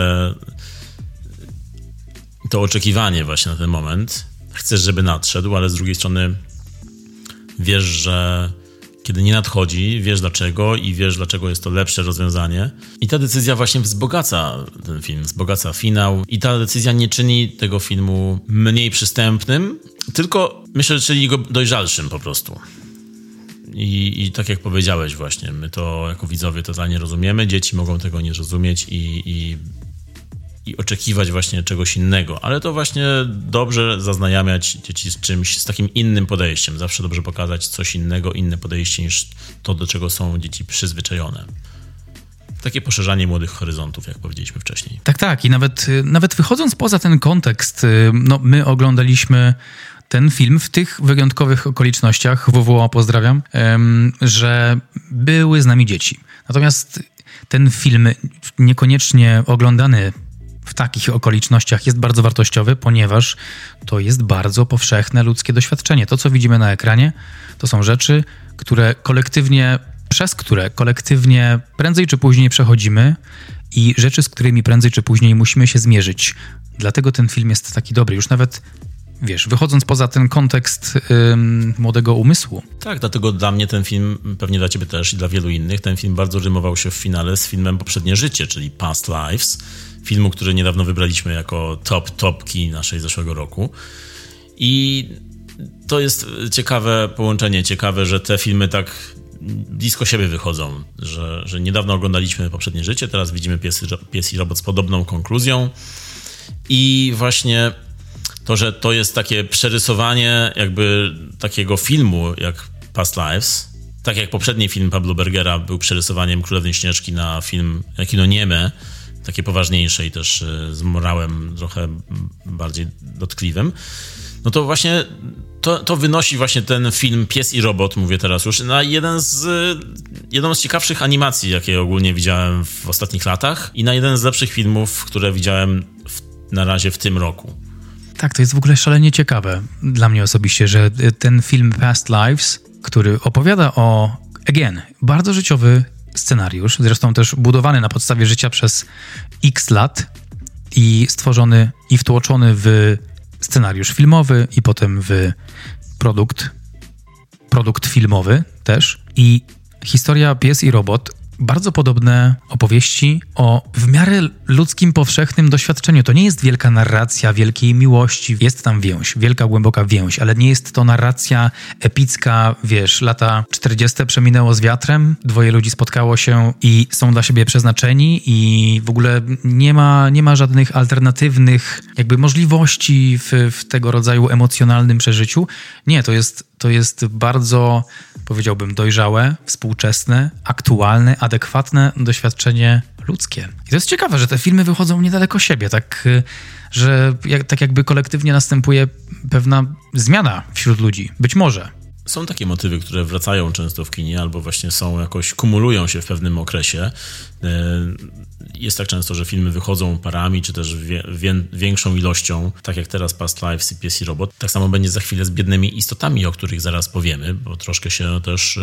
to oczekiwanie właśnie na ten moment. Chcesz, żeby nadszedł, ale z drugiej strony wiesz, że kiedy nie nadchodzi, wiesz dlaczego i wiesz, dlaczego jest to lepsze rozwiązanie. I ta decyzja właśnie wzbogaca ten film, wzbogaca finał. I ta decyzja nie czyni tego filmu mniej przystępnym, tylko myślę, że czyni go dojrzalszym po prostu. I tak jak powiedziałeś właśnie, my to jako widzowie totalnie rozumiemy, dzieci mogą tego nie rozumieć i oczekiwać właśnie czegoś innego, ale to właśnie dobrze zaznajamiać dzieci z czymś, z takim innym podejściem. Zawsze dobrze pokazać coś innego, inne podejście niż to, do czego są dzieci przyzwyczajone. Takie poszerzanie młodych horyzontów, jak powiedzieliśmy wcześniej. Tak. I nawet wychodząc poza ten kontekst, my oglądaliśmy ten film w tych wyjątkowych okolicznościach, WWO pozdrawiam, że były z nami dzieci. Natomiast ten film niekoniecznie oglądany w takich okolicznościach jest bardzo wartościowy, ponieważ to jest bardzo powszechne ludzkie doświadczenie. To, co widzimy na ekranie, to są rzeczy, przez które kolektywnie prędzej czy później przechodzimy i rzeczy, z którymi prędzej czy później musimy się zmierzyć. Dlatego ten film jest taki dobry. Już nawet, wychodząc poza ten kontekst młodego umysłu. Tak, dlatego dla mnie ten film, pewnie dla ciebie też i dla wielu innych, ten film bardzo rymował się w finale z filmem Poprzednie życie, czyli Past Lives, filmu, który niedawno wybraliśmy jako topki naszej zeszłego roku. I to jest ciekawe połączenie, ciekawe, że te filmy tak blisko siebie wychodzą, że niedawno oglądaliśmy Poprzednie życie, teraz widzimy Pies i robot z podobną konkluzją i właśnie to, że to jest takie przerysowanie jakby takiego filmu jak Past Lives, tak jak poprzedni film Pablo Bergera był przerysowaniem Królewnej Śnieżki na film kino nieme, takie poważniejsze i też z morałem trochę bardziej dotkliwym, no to właśnie to wynosi właśnie ten film Pies i Robot, mówię teraz już, na jedną z ciekawszych animacji, jakie ogólnie widziałem w ostatnich latach i na jeden z lepszych filmów, które widziałem na razie w tym roku. Tak, to jest w ogóle szalenie ciekawe dla mnie osobiście, że ten film Past Lives, który opowiada o, bardzo życiowy scenariusz, zresztą też budowany na podstawie życia przez x lat i stworzony i wtłoczony w scenariusz filmowy i potem w produkt filmowy też. I historia Pies i Robot, bardzo podobne opowieści o w miarę ludzkim, powszechnym doświadczeniu. To nie jest wielka narracja wielkiej miłości. Jest tam więź, wielka, głęboka więź, ale nie jest to narracja epicka, lata 40 przeminęło z wiatrem, dwoje ludzi spotkało się i są dla siebie przeznaczeni i w ogóle nie ma żadnych alternatywnych jakby możliwości w tego rodzaju emocjonalnym przeżyciu. Nie, to jest bardzo, powiedziałbym, dojrzałe, współczesne, aktualne, adekwatne doświadczenie ludzkie. I to jest ciekawe, że te filmy wychodzą niedaleko siebie, tak jakby kolektywnie następuje pewna zmiana wśród ludzi. Być może. Są takie motywy, które wracają często w kinie albo właśnie kumulują się w pewnym okresie. Jest tak często, że filmy wychodzą parami, czy też większą ilością, tak jak teraz Past Lives i Pies i Robot. Tak samo będzie za chwilę z Biednymi istotami, o których zaraz powiemy, bo troszkę się też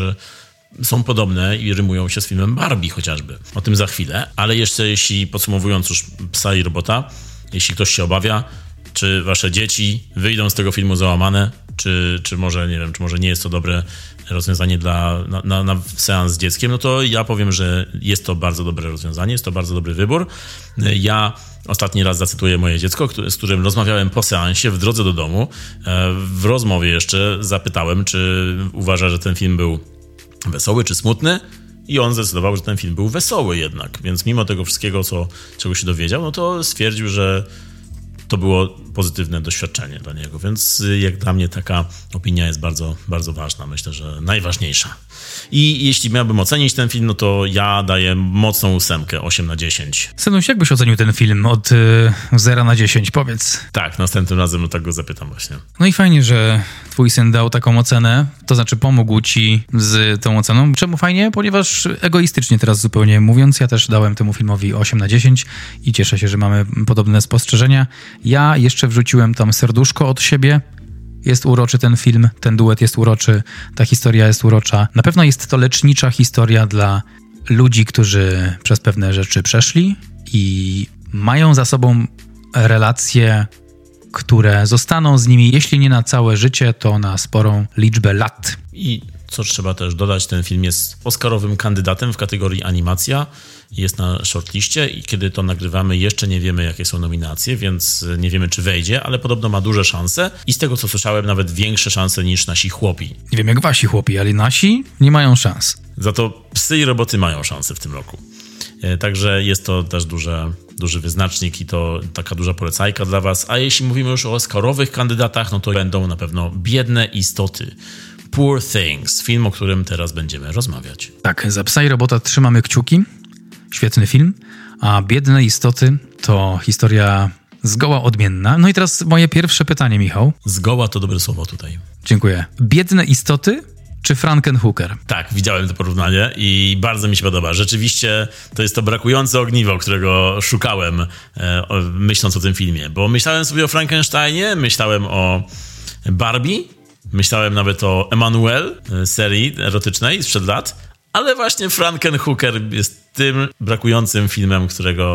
są podobne i rymują się z filmem Barbie chociażby. O tym za chwilę, ale jeszcze jeśli podsumowując już Psa i Robota, jeśli ktoś się obawia, czy wasze dzieci wyjdą z tego filmu załamane, czy może, nie wiem, czy może nie jest to dobre rozwiązanie na seans z dzieckiem, no to ja powiem, że jest to bardzo dobre rozwiązanie, jest to bardzo dobry wybór. Ja ostatni raz zacytuję moje dziecko, z którym rozmawiałem po seansie w drodze do domu. W rozmowie jeszcze zapytałem, czy uważa, że ten film był wesoły czy smutny i on zdecydował, że ten film był wesoły jednak, więc mimo tego wszystkiego, czego się dowiedział, no to stwierdził, że to było pozytywne doświadczenie dla niego, więc jak dla mnie taka opinia jest bardzo, bardzo ważna. Myślę, że najważniejsza. I jeśli miałbym ocenić ten film, no to ja daję mocną 8, 8/10. Synuś, jak byś ocenił ten film od 0 na 10, powiedz? Tak, następnym razem tak go zapytam właśnie. No i fajnie, że twój syn dał taką ocenę, to znaczy pomógł ci z tą oceną. Czemu fajnie? Ponieważ egoistycznie teraz zupełnie mówiąc, ja też dałem temu filmowi 8/10 i cieszę się, że mamy podobne spostrzeżenia. Ja jeszcze wrzuciłem tam serduszko od siebie. Jest uroczy ten film, ten duet jest uroczy, ta historia jest urocza. Na pewno jest to lecznicza historia dla ludzi, którzy przez pewne rzeczy przeszli i mają za sobą relacje, które zostaną z nimi, jeśli nie na całe życie, to na sporą liczbę lat. I co trzeba też dodać, ten film jest oscarowym kandydatem w kategorii animacja. Jest na shortliście i kiedy to nagrywamy, jeszcze nie wiemy, jakie są nominacje, więc nie wiemy, czy wejdzie, ale podobno ma duże szanse i z tego, co słyszałem, nawet większe szanse niż nasi chłopi. Nie wiem jak wasi chłopi, ale nasi nie mają szans. Za to Psy i Roboty mają szanse w tym roku. Także jest to też duży wyznacznik i to taka duża polecajka dla was. A jeśli mówimy już o oscarowych kandydatach, no to będą na pewno Biedne istoty. Poor Things, film, o którym teraz będziemy rozmawiać. Tak, za Psa i Robota trzymamy kciuki. Świetny film. A Biedne istoty to historia zgoła odmienna. No i teraz moje pierwsze pytanie, Michał. Zgoła to dobre słowo tutaj. Dziękuję. Biedne istoty czy Frankenhooker? Tak, widziałem to porównanie i bardzo mi się podoba. Rzeczywiście to jest to brakujące ogniwo, którego szukałem, myśląc o tym filmie. Bo myślałem sobie o Frankensteinie, myślałem o Barbie, myślałem nawet o Emanuel, serii erotycznej sprzed lat, ale właśnie Frankenhooker jest tym brakującym filmem,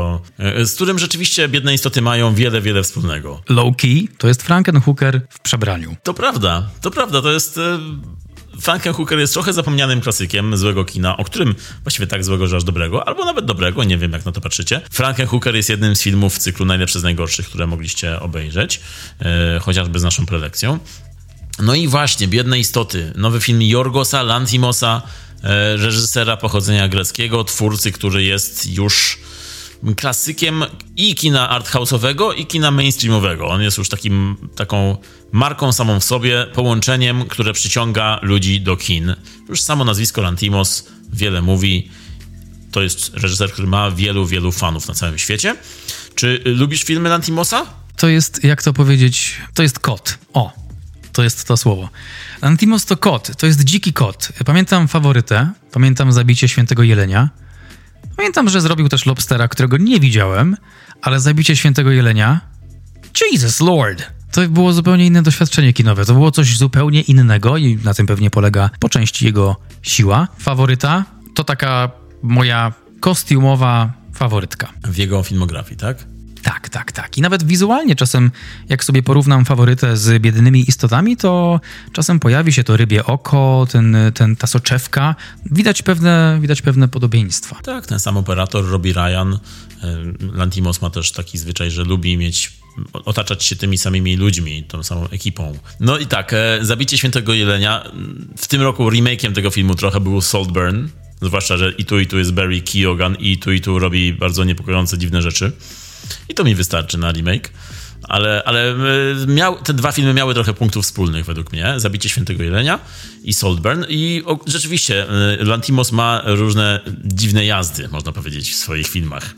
z którym rzeczywiście Biedne istoty mają wiele, wiele wspólnego. Low key to jest Frankenhooker w przebraniu. To prawda, to jest... Frankenhooker jest trochę zapomnianym klasykiem złego kina, o którym właściwie tak złego, że aż dobrego, albo nawet dobrego, nie wiem jak na to patrzycie. Frankenhooker jest jednym z filmów w cyklu Najlepsze z najgorszych, które mogliście obejrzeć, chociażby z naszą prelekcją. No i właśnie, Biedne istoty, nowy film Jorgosa Lanthimosa, reżysera pochodzenia greckiego, twórcy, który jest już klasykiem i kina arthouse'owego, i kina mainstreamowego. On jest już taką marką samą w sobie, połączeniem, które przyciąga ludzi do kin. Już samo nazwisko Lanthimos wiele mówi to jest reżyser, który ma wielu, wielu fanów na całym świecie. Czy lubisz filmy Lantimosa? To jest, jak to powiedzieć, to jest kot. O, to jest to słowo. Lantimos to kot, to jest dziki kot. Pamiętam Faworytę, pamiętam Zabicie Świętego Jelenia. Pamiętam, że zrobił też Lobstera, którego nie widziałem, ale Zabicie Świętego Jelenia... Jesus Lord! To było zupełnie inne doświadczenie kinowe. To było coś zupełnie innego i na tym pewnie polega po części jego siła. Faworyta to taka moja kostiumowa faworytka. W jego filmografii, tak? Tak. I nawet wizualnie czasem, jak sobie porównam Faworytę z Biednymi istotami, to czasem pojawi się to rybie oko, ta soczewka. Widać pewne podobieństwa. Tak, ten sam operator, Robbie Ryan. Lantimos ma też taki zwyczaj, że lubi otaczać się tymi samymi ludźmi, tą samą ekipą. No i tak, Zabicie Świętego Jelenia. W tym roku remake'iem tego filmu trochę był Saltburn. Zwłaszcza, że i tu jest Barry Keoghan i tu robi bardzo niepokojące, dziwne rzeczy. I to mi wystarczy na remake. Ale te dwa filmy miały trochę punktów wspólnych według mnie. Zabicie Świętego Jelenia i Saltburn. I rzeczywiście Lantimos ma różne dziwne jazdy, można powiedzieć, w swoich filmach.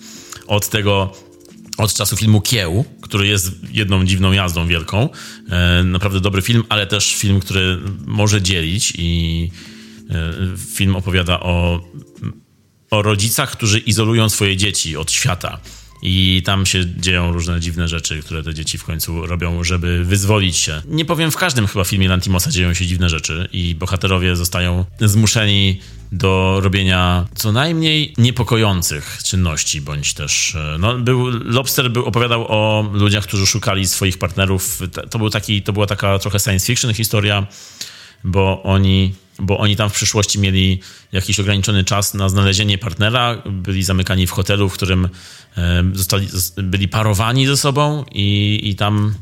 Od czasu filmu Kieł, który jest jedną dziwną jazdą wielką. Naprawdę dobry film, ale też film, który może dzielić i film opowiada o rodzicach, którzy izolują swoje dzieci od świata. I tam się dzieją różne dziwne rzeczy, które te dzieci w końcu robią, żeby wyzwolić się. Nie powiem, w każdym chyba filmie Lantimosa dzieją się dziwne rzeczy i bohaterowie zostają zmuszeni do robienia co najmniej niepokojących czynności, bądź też... Lobster opowiadał o ludziach, którzy szukali swoich partnerów. To była taka trochę science fiction historia, bo oni tam w przyszłości mieli jakiś ograniczony czas na znalezienie partnera, byli zamykani w hotelu, w którym byli parowani ze sobą i tam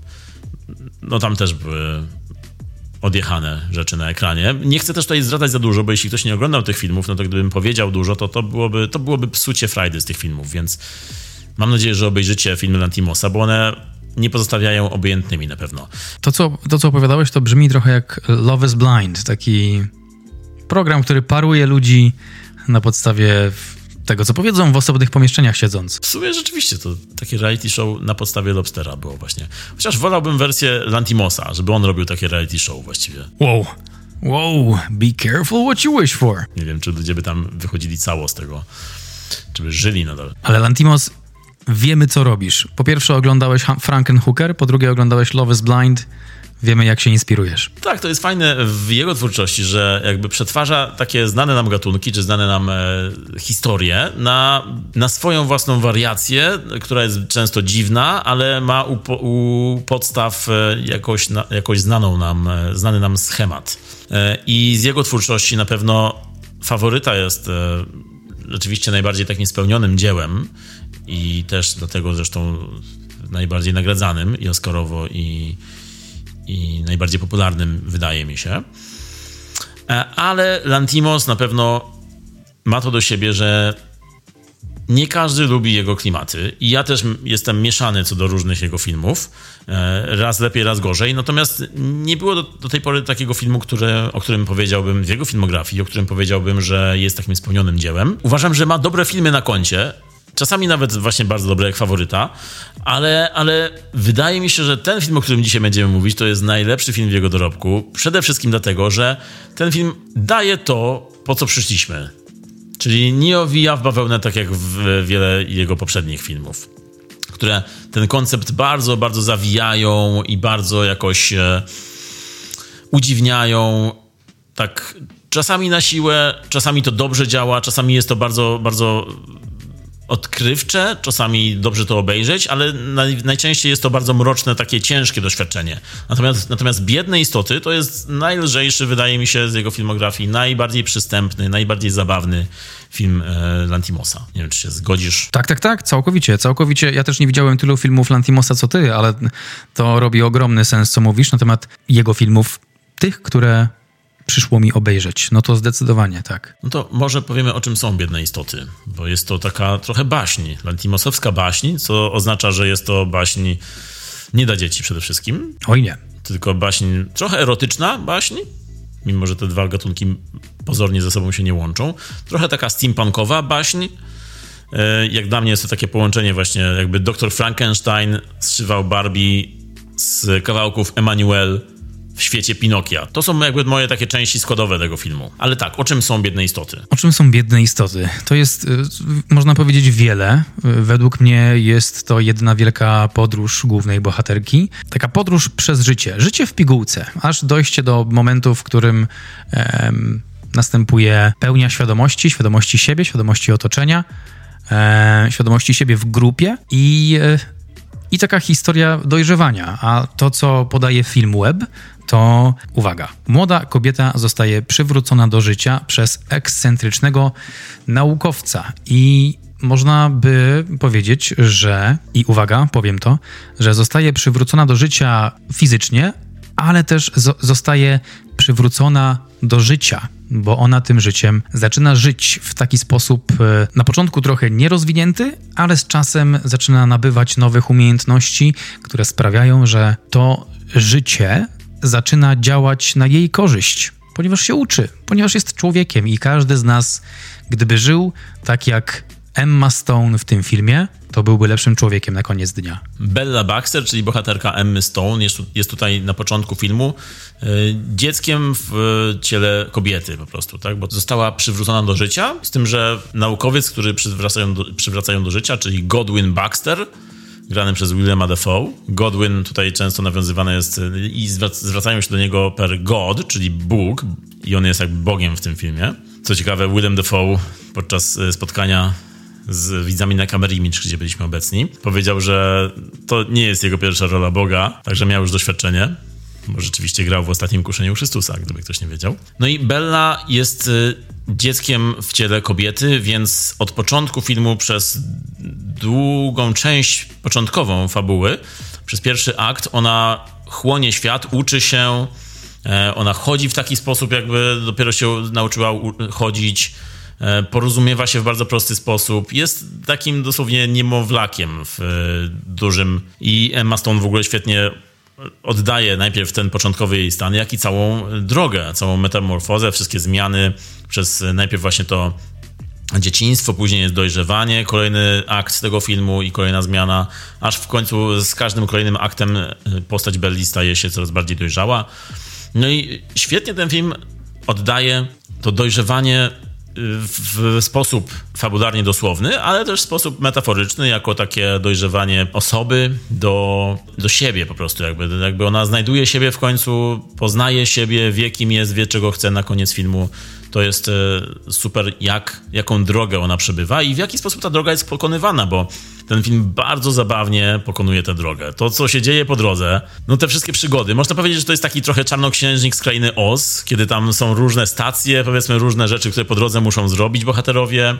też były odjechane rzeczy na ekranie. Nie chcę też tutaj zdradzać za dużo, bo jeśli ktoś nie oglądał tych filmów, no to gdybym powiedział dużo, to byłoby psucie frajdy z tych filmów, więc mam nadzieję, że obejrzycie filmy Lantimosa, bo one nie pozostawiają obojętnymi na pewno. To, co opowiadałeś, to brzmi trochę jak Love is Blind, taki program, który paruje ludzi na podstawie tego, co powiedzą w osobnych pomieszczeniach siedząc. W sumie rzeczywiście to takie reality show na podstawie Lobstera było właśnie. Chociaż wolałbym wersję Lantimosa, żeby on robił takie reality show właściwie. Wow, be careful what you wish for. Nie wiem, czy ludzie by tam wychodzili cało z tego, czy by żyli nadal. Ale Lantimos, wiemy, co robisz. Po pierwsze oglądałeś Frankenhooker, po drugie oglądałeś Love is Blind. Wiemy, jak się inspirujesz. Tak, to jest fajne w jego twórczości, że jakby przetwarza takie znane nam gatunki, czy znane nam historie na swoją własną wariację, która jest często dziwna, ale ma u podstaw jakoś znany nam schemat. I z jego twórczości na pewno Faworyta jest rzeczywiście najbardziej takim spełnionym dziełem i też dlatego zresztą najbardziej nagradzanym i oscarowo i najbardziej popularnym, wydaje mi się. Ale Lantimos na pewno ma to do siebie, że nie każdy lubi jego klimaty i ja też jestem mieszany co do różnych jego filmów. Raz lepiej, raz gorzej. Natomiast nie było do tej pory takiego filmu, o którym powiedziałbym w jego filmografii, o którym powiedziałbym, że jest takim spełnionym dziełem. Uważam, że ma dobre filmy na koncie. Czasami nawet właśnie bardzo dobre jak Faworyta, ale wydaje mi się, że ten film, o którym dzisiaj będziemy mówić, to jest najlepszy film w jego dorobku. Przede wszystkim dlatego, że ten film daje to, po co przyszliśmy. Czyli nie owija w bawełnę tak jak w wiele jego poprzednich filmów, które ten koncept bardzo, bardzo zawijają i bardzo jakoś udziwniają. Tak czasami na siłę, czasami to dobrze działa, czasami jest to bardzo, bardzo odkrywcze, czasami dobrze to obejrzeć, ale najczęściej jest to bardzo mroczne, takie ciężkie doświadczenie. Natomiast Biedne istoty to jest najlżejszy, wydaje mi się, z jego filmografii, najbardziej przystępny, najbardziej zabawny film Lantimosa. Nie wiem, czy się zgodzisz? Tak, całkowicie. Ja też nie widziałem tylu filmów Lantimosa co ty, ale to robi ogromny sens, co mówisz na temat jego filmów, tych, które przyszło mi obejrzeć. No to zdecydowanie tak. No to może powiemy, o czym są Biedne istoty, bo jest to taka trochę baśń, lantimosowska baśń, co oznacza, że jest to baśń nie dla dzieci przede wszystkim. Oj nie. Tylko baśń trochę erotyczna baśń, mimo że te dwa gatunki pozornie ze sobą się nie łączą. Trochę taka steampunkowa baśń. Jak dla mnie jest to takie połączenie właśnie, jakby Dr. Frankenstein zszywał Barbie z kawałków Emmanuelle w świecie Pinokia. To są jakby moje takie części składowe tego filmu. Ale tak, o czym są Biedne istoty? O czym są Biedne istoty? To jest, można powiedzieć, wiele. Według mnie jest to jedna wielka podróż głównej bohaterki. Taka podróż przez życie. Życie w pigułce. Aż dojście do momentu, w którym następuje pełnia świadomości siebie, świadomości otoczenia, świadomości siebie w grupie i taka historia dojrzewania. A to, co podaje film Web, to, uwaga, młoda kobieta zostaje przywrócona do życia przez ekscentrycznego naukowca i można by powiedzieć, że, i uwaga, powiem to, że zostaje przywrócona do życia fizycznie, ale też zostaje przywrócona do życia, bo ona tym życiem zaczyna żyć w taki sposób na początku trochę nierozwinięty, ale z czasem zaczyna nabywać nowych umiejętności, które sprawiają, że to życie zaczyna działać na jej korzyść, ponieważ się uczy, ponieważ jest człowiekiem i każdy z nas, gdyby żył tak jak Emma Stone w tym filmie, to byłby lepszym człowiekiem na koniec dnia. Bella Baxter, czyli bohaterka Emmy Stone, jest tutaj na początku filmu dzieckiem w ciele kobiety po prostu, tak? Bo została przywrócona do życia, z tym, że naukowiec, który przywracają do życia, czyli Godwin Baxter, grany przez Willema Dafoe. Godwin tutaj często nawiązywany jest i zwracają się do niego per God, czyli Bóg, i on jest jakby Bogiem w tym filmie. Co ciekawe, Willem Dafoe podczas spotkania z widzami na Camera Image, gdzie byliśmy obecni, powiedział, że to nie jest jego pierwsza rola Boga, także miał już doświadczenie, bo rzeczywiście grał w Ostatnim Kuszeniu Chrystusa, gdyby ktoś nie wiedział. No i Bella jest dzieckiem w ciele kobiety, więc od początku filmu przez długą część początkową fabuły, przez pierwszy akt ona chłonie świat, uczy się, ona chodzi w taki sposób, jakby dopiero się nauczyła chodzić, porozumiewa się w bardzo prosty sposób. Jest takim dosłownie niemowlakiem w dużym i Emma Stone w ogóle świetnie oddaje najpierw ten początkowy jej stan, jak i całą drogę, całą metamorfozę, wszystkie zmiany przez najpierw właśnie to dzieciństwo, później jest dojrzewanie, kolejny akt tego filmu i kolejna zmiana, aż w końcu z każdym kolejnym aktem postać Belli staje się coraz bardziej dojrzała. No i świetnie ten film oddaje to dojrzewanie w sposób fabularnie dosłowny, ale też w sposób metaforyczny, jako takie dojrzewanie osoby do siebie po prostu. Jakby ona znajduje siebie w końcu, poznaje siebie, wie kim jest, wie czego chce na koniec filmu. To jest super, jaką drogę ona przebywa i w jaki sposób ta droga jest pokonywana, bo ten film bardzo zabawnie pokonuje tę drogę. To, co się dzieje po drodze, no te wszystkie przygody. Można powiedzieć, że to jest taki trochę Czarnoksiężnik z Krainy Oz, kiedy tam są różne stacje, powiedzmy różne rzeczy, które po drodze muszą zrobić bohaterowie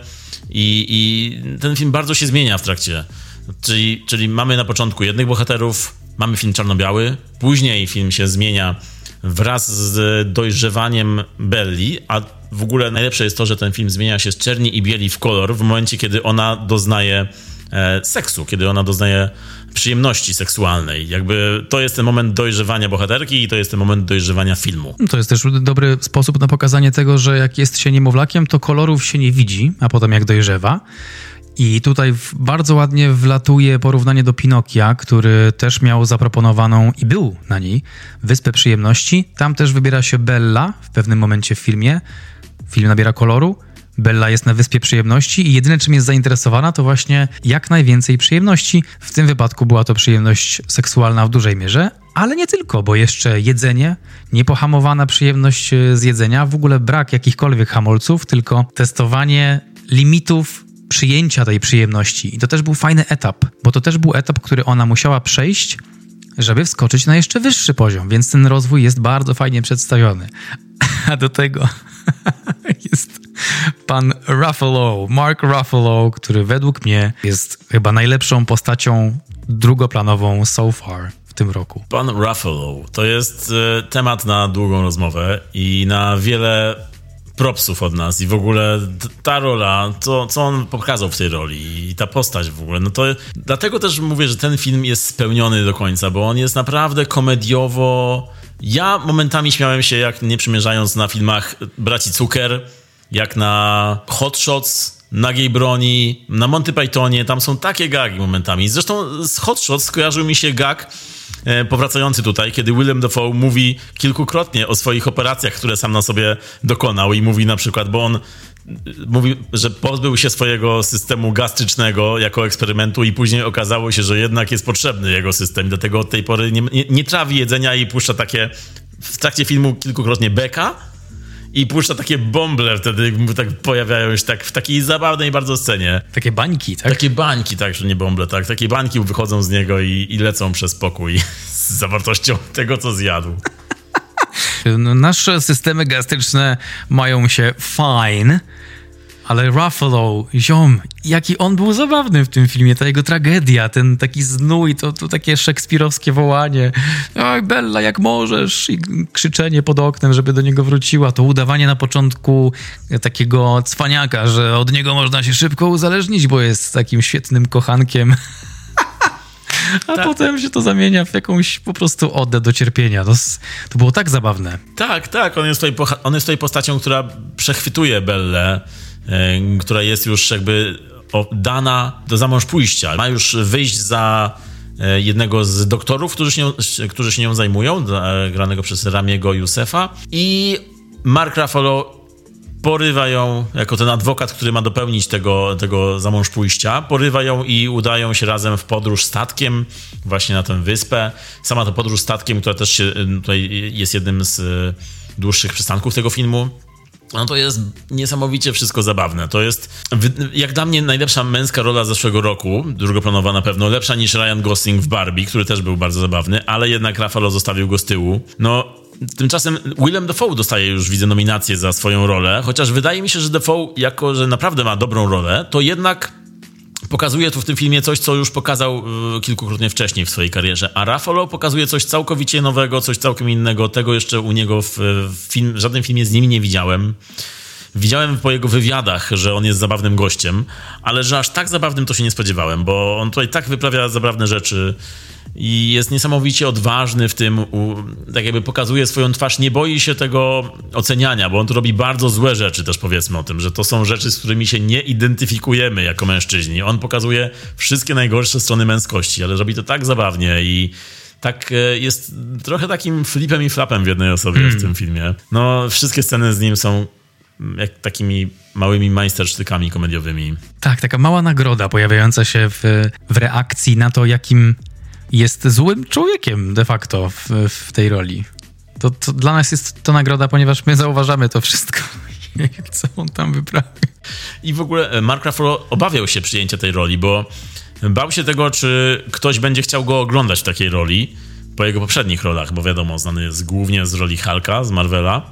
i ten film bardzo się zmienia w trakcie. Czyli mamy na początku jednych bohaterów, mamy film czarno-biały, później film się zmienia wraz z dojrzewaniem Belli, a w ogóle najlepsze jest to, że ten film zmienia się z czerni i bieli w kolor w momencie, kiedy ona doznaje seksu, kiedy ona doznaje przyjemności seksualnej. Jakby to jest ten moment dojrzewania bohaterki i to jest ten moment dojrzewania filmu. To jest też dobry sposób na pokazanie tego, że jak jest się niemowlakiem, to kolorów się nie widzi, a potem jak dojrzewa. I tutaj bardzo ładnie wlatuje porównanie do Pinokia, który też miał zaproponowaną i był na niej Wyspę Przyjemności. Tam też wybiera się Bella w pewnym momencie w filmie. Film nabiera koloru. Bella jest na Wyspie Przyjemności i jedyne, czym jest zainteresowana, to właśnie jak najwięcej przyjemności. W tym wypadku była to przyjemność seksualna w dużej mierze, ale nie tylko, bo jeszcze jedzenie, niepohamowana przyjemność z jedzenia, w ogóle brak jakichkolwiek hamulców, tylko testowanie limitów przyjęcia tej przyjemności. I to też był fajny etap, bo to też był etap, który ona musiała przejść, żeby wskoczyć na jeszcze wyższy poziom, więc ten rozwój jest bardzo fajnie przedstawiony. A do tego jest pan Ruffalo, Mark Ruffalo, który według mnie jest chyba najlepszą postacią drugoplanową so far w tym roku. Pan Ruffalo to jest temat na długą rozmowę i na wiele propsów od nas i w ogóle ta rola, to co on pokazał w tej roli i ta postać w ogóle, no to dlatego też mówię, że ten film jest spełniony do końca, bo on jest naprawdę komediowo Ja momentami śmiałem się, jak nie przymierzając na filmach braci Zucker, jak na Hot Shots, Nagiej broni, na Monty Pythonie, tam są takie gagi momentami. Zresztą z Hot Shots skojarzył mi się gag powracający tutaj, kiedy Willem Dafoe mówi kilkukrotnie o swoich operacjach, które sam na sobie dokonał i mówi na przykład, bo on mówi, że pozbył się swojego systemu gastrycznego jako eksperymentu i później okazało się, że jednak jest potrzebny jego system, dlatego od tej pory nie trawi jedzenia i puszcza takie w trakcie filmu kilkukrotnie beka i puszcza takie bąble wtedy, tak pojawiają się tak w takiej zabawnej bardzo scenie. Takie bańki, tak? Takie bańki, tak, że nie bąble, tak. Takie bańki wychodzą z niego i lecą przez pokój z zawartością tego, co zjadł. Nasze systemy gastryczne mają się fine, ale Ruffalo, ziom, jaki on był zabawny w tym filmie, ta jego tragedia, ten taki znój, to takie szekspirowskie wołanie, oj Bella, jak możesz, i krzyczenie pod oknem, żeby do niego wróciła, to udawanie na początku takiego cwaniaka, że od niego można się szybko uzależnić, bo jest takim świetnym kochankiem. A tak, potem się to zamienia w jakąś po prostu odę do cierpienia. To było tak zabawne. Tak. On jest tutaj postacią, która przechwytuje Bellę, która jest już jakby dana do zamążpójścia. Ma już wyjść za jednego z doktorów, którzy się nią zajmują, granego przez Ramiego Youssefa. I Mark Ruffalo porywa ją, jako ten adwokat, który ma dopełnić tego zamążpójścia, porywa ją i udają się razem w podróż statkiem właśnie na tę wyspę. Sama ta podróż statkiem, która też tutaj jest jednym z dłuższych przystanków tego filmu, no to jest niesamowicie wszystko zabawne. To jest, jak dla mnie, najlepsza męska rola z zeszłego roku, drugoplanowa na pewno, lepsza niż Ryan Gosling w Barbie, który też był bardzo zabawny, ale jednak Ruffalo zostawił go z tyłu. No, tymczasem Willem Dafoe dostaje już, widzę, nominację za swoją rolę, chociaż wydaje mi się, że Dafoe, jako że naprawdę ma dobrą rolę, to jednak pokazuje tu w tym filmie coś, co już pokazał kilkukrotnie wcześniej w swojej karierze, a Ruffalo pokazuje coś całkowicie nowego, coś całkiem innego. Tego jeszcze u niego w żadnym filmie z nim nie widziałem. Widziałem po jego wywiadach, że on jest zabawnym gościem, ale że aż tak zabawnym to się nie spodziewałem, bo on tutaj tak wyprawia zabawne rzeczy i jest niesamowicie odważny w tym, tak jakby pokazuje swoją twarz, nie boi się tego oceniania, bo on tu robi bardzo złe rzeczy też, powiedzmy o tym, że to są rzeczy, z którymi się nie identyfikujemy jako mężczyźni. On pokazuje wszystkie najgorsze strony męskości, ale robi to tak zabawnie i tak jest trochę takim flipem i flapem w jednej osobie w tym filmie. No, wszystkie sceny z nim są jak takimi małymi majstersztykami komediowymi. Tak, taka mała nagroda pojawiająca się w reakcji na to, jakim jest złym człowiekiem de facto w tej roli. To dla nas jest to nagroda, ponieważ my zauważamy to wszystko, co on tam wyprawia. I w ogóle Mark Ruffalo obawiał się przyjęcia tej roli, bo bał się tego, czy ktoś będzie chciał go oglądać w takiej roli po jego poprzednich rolach, bo wiadomo, znany jest głównie z roli Hulka z Marvela.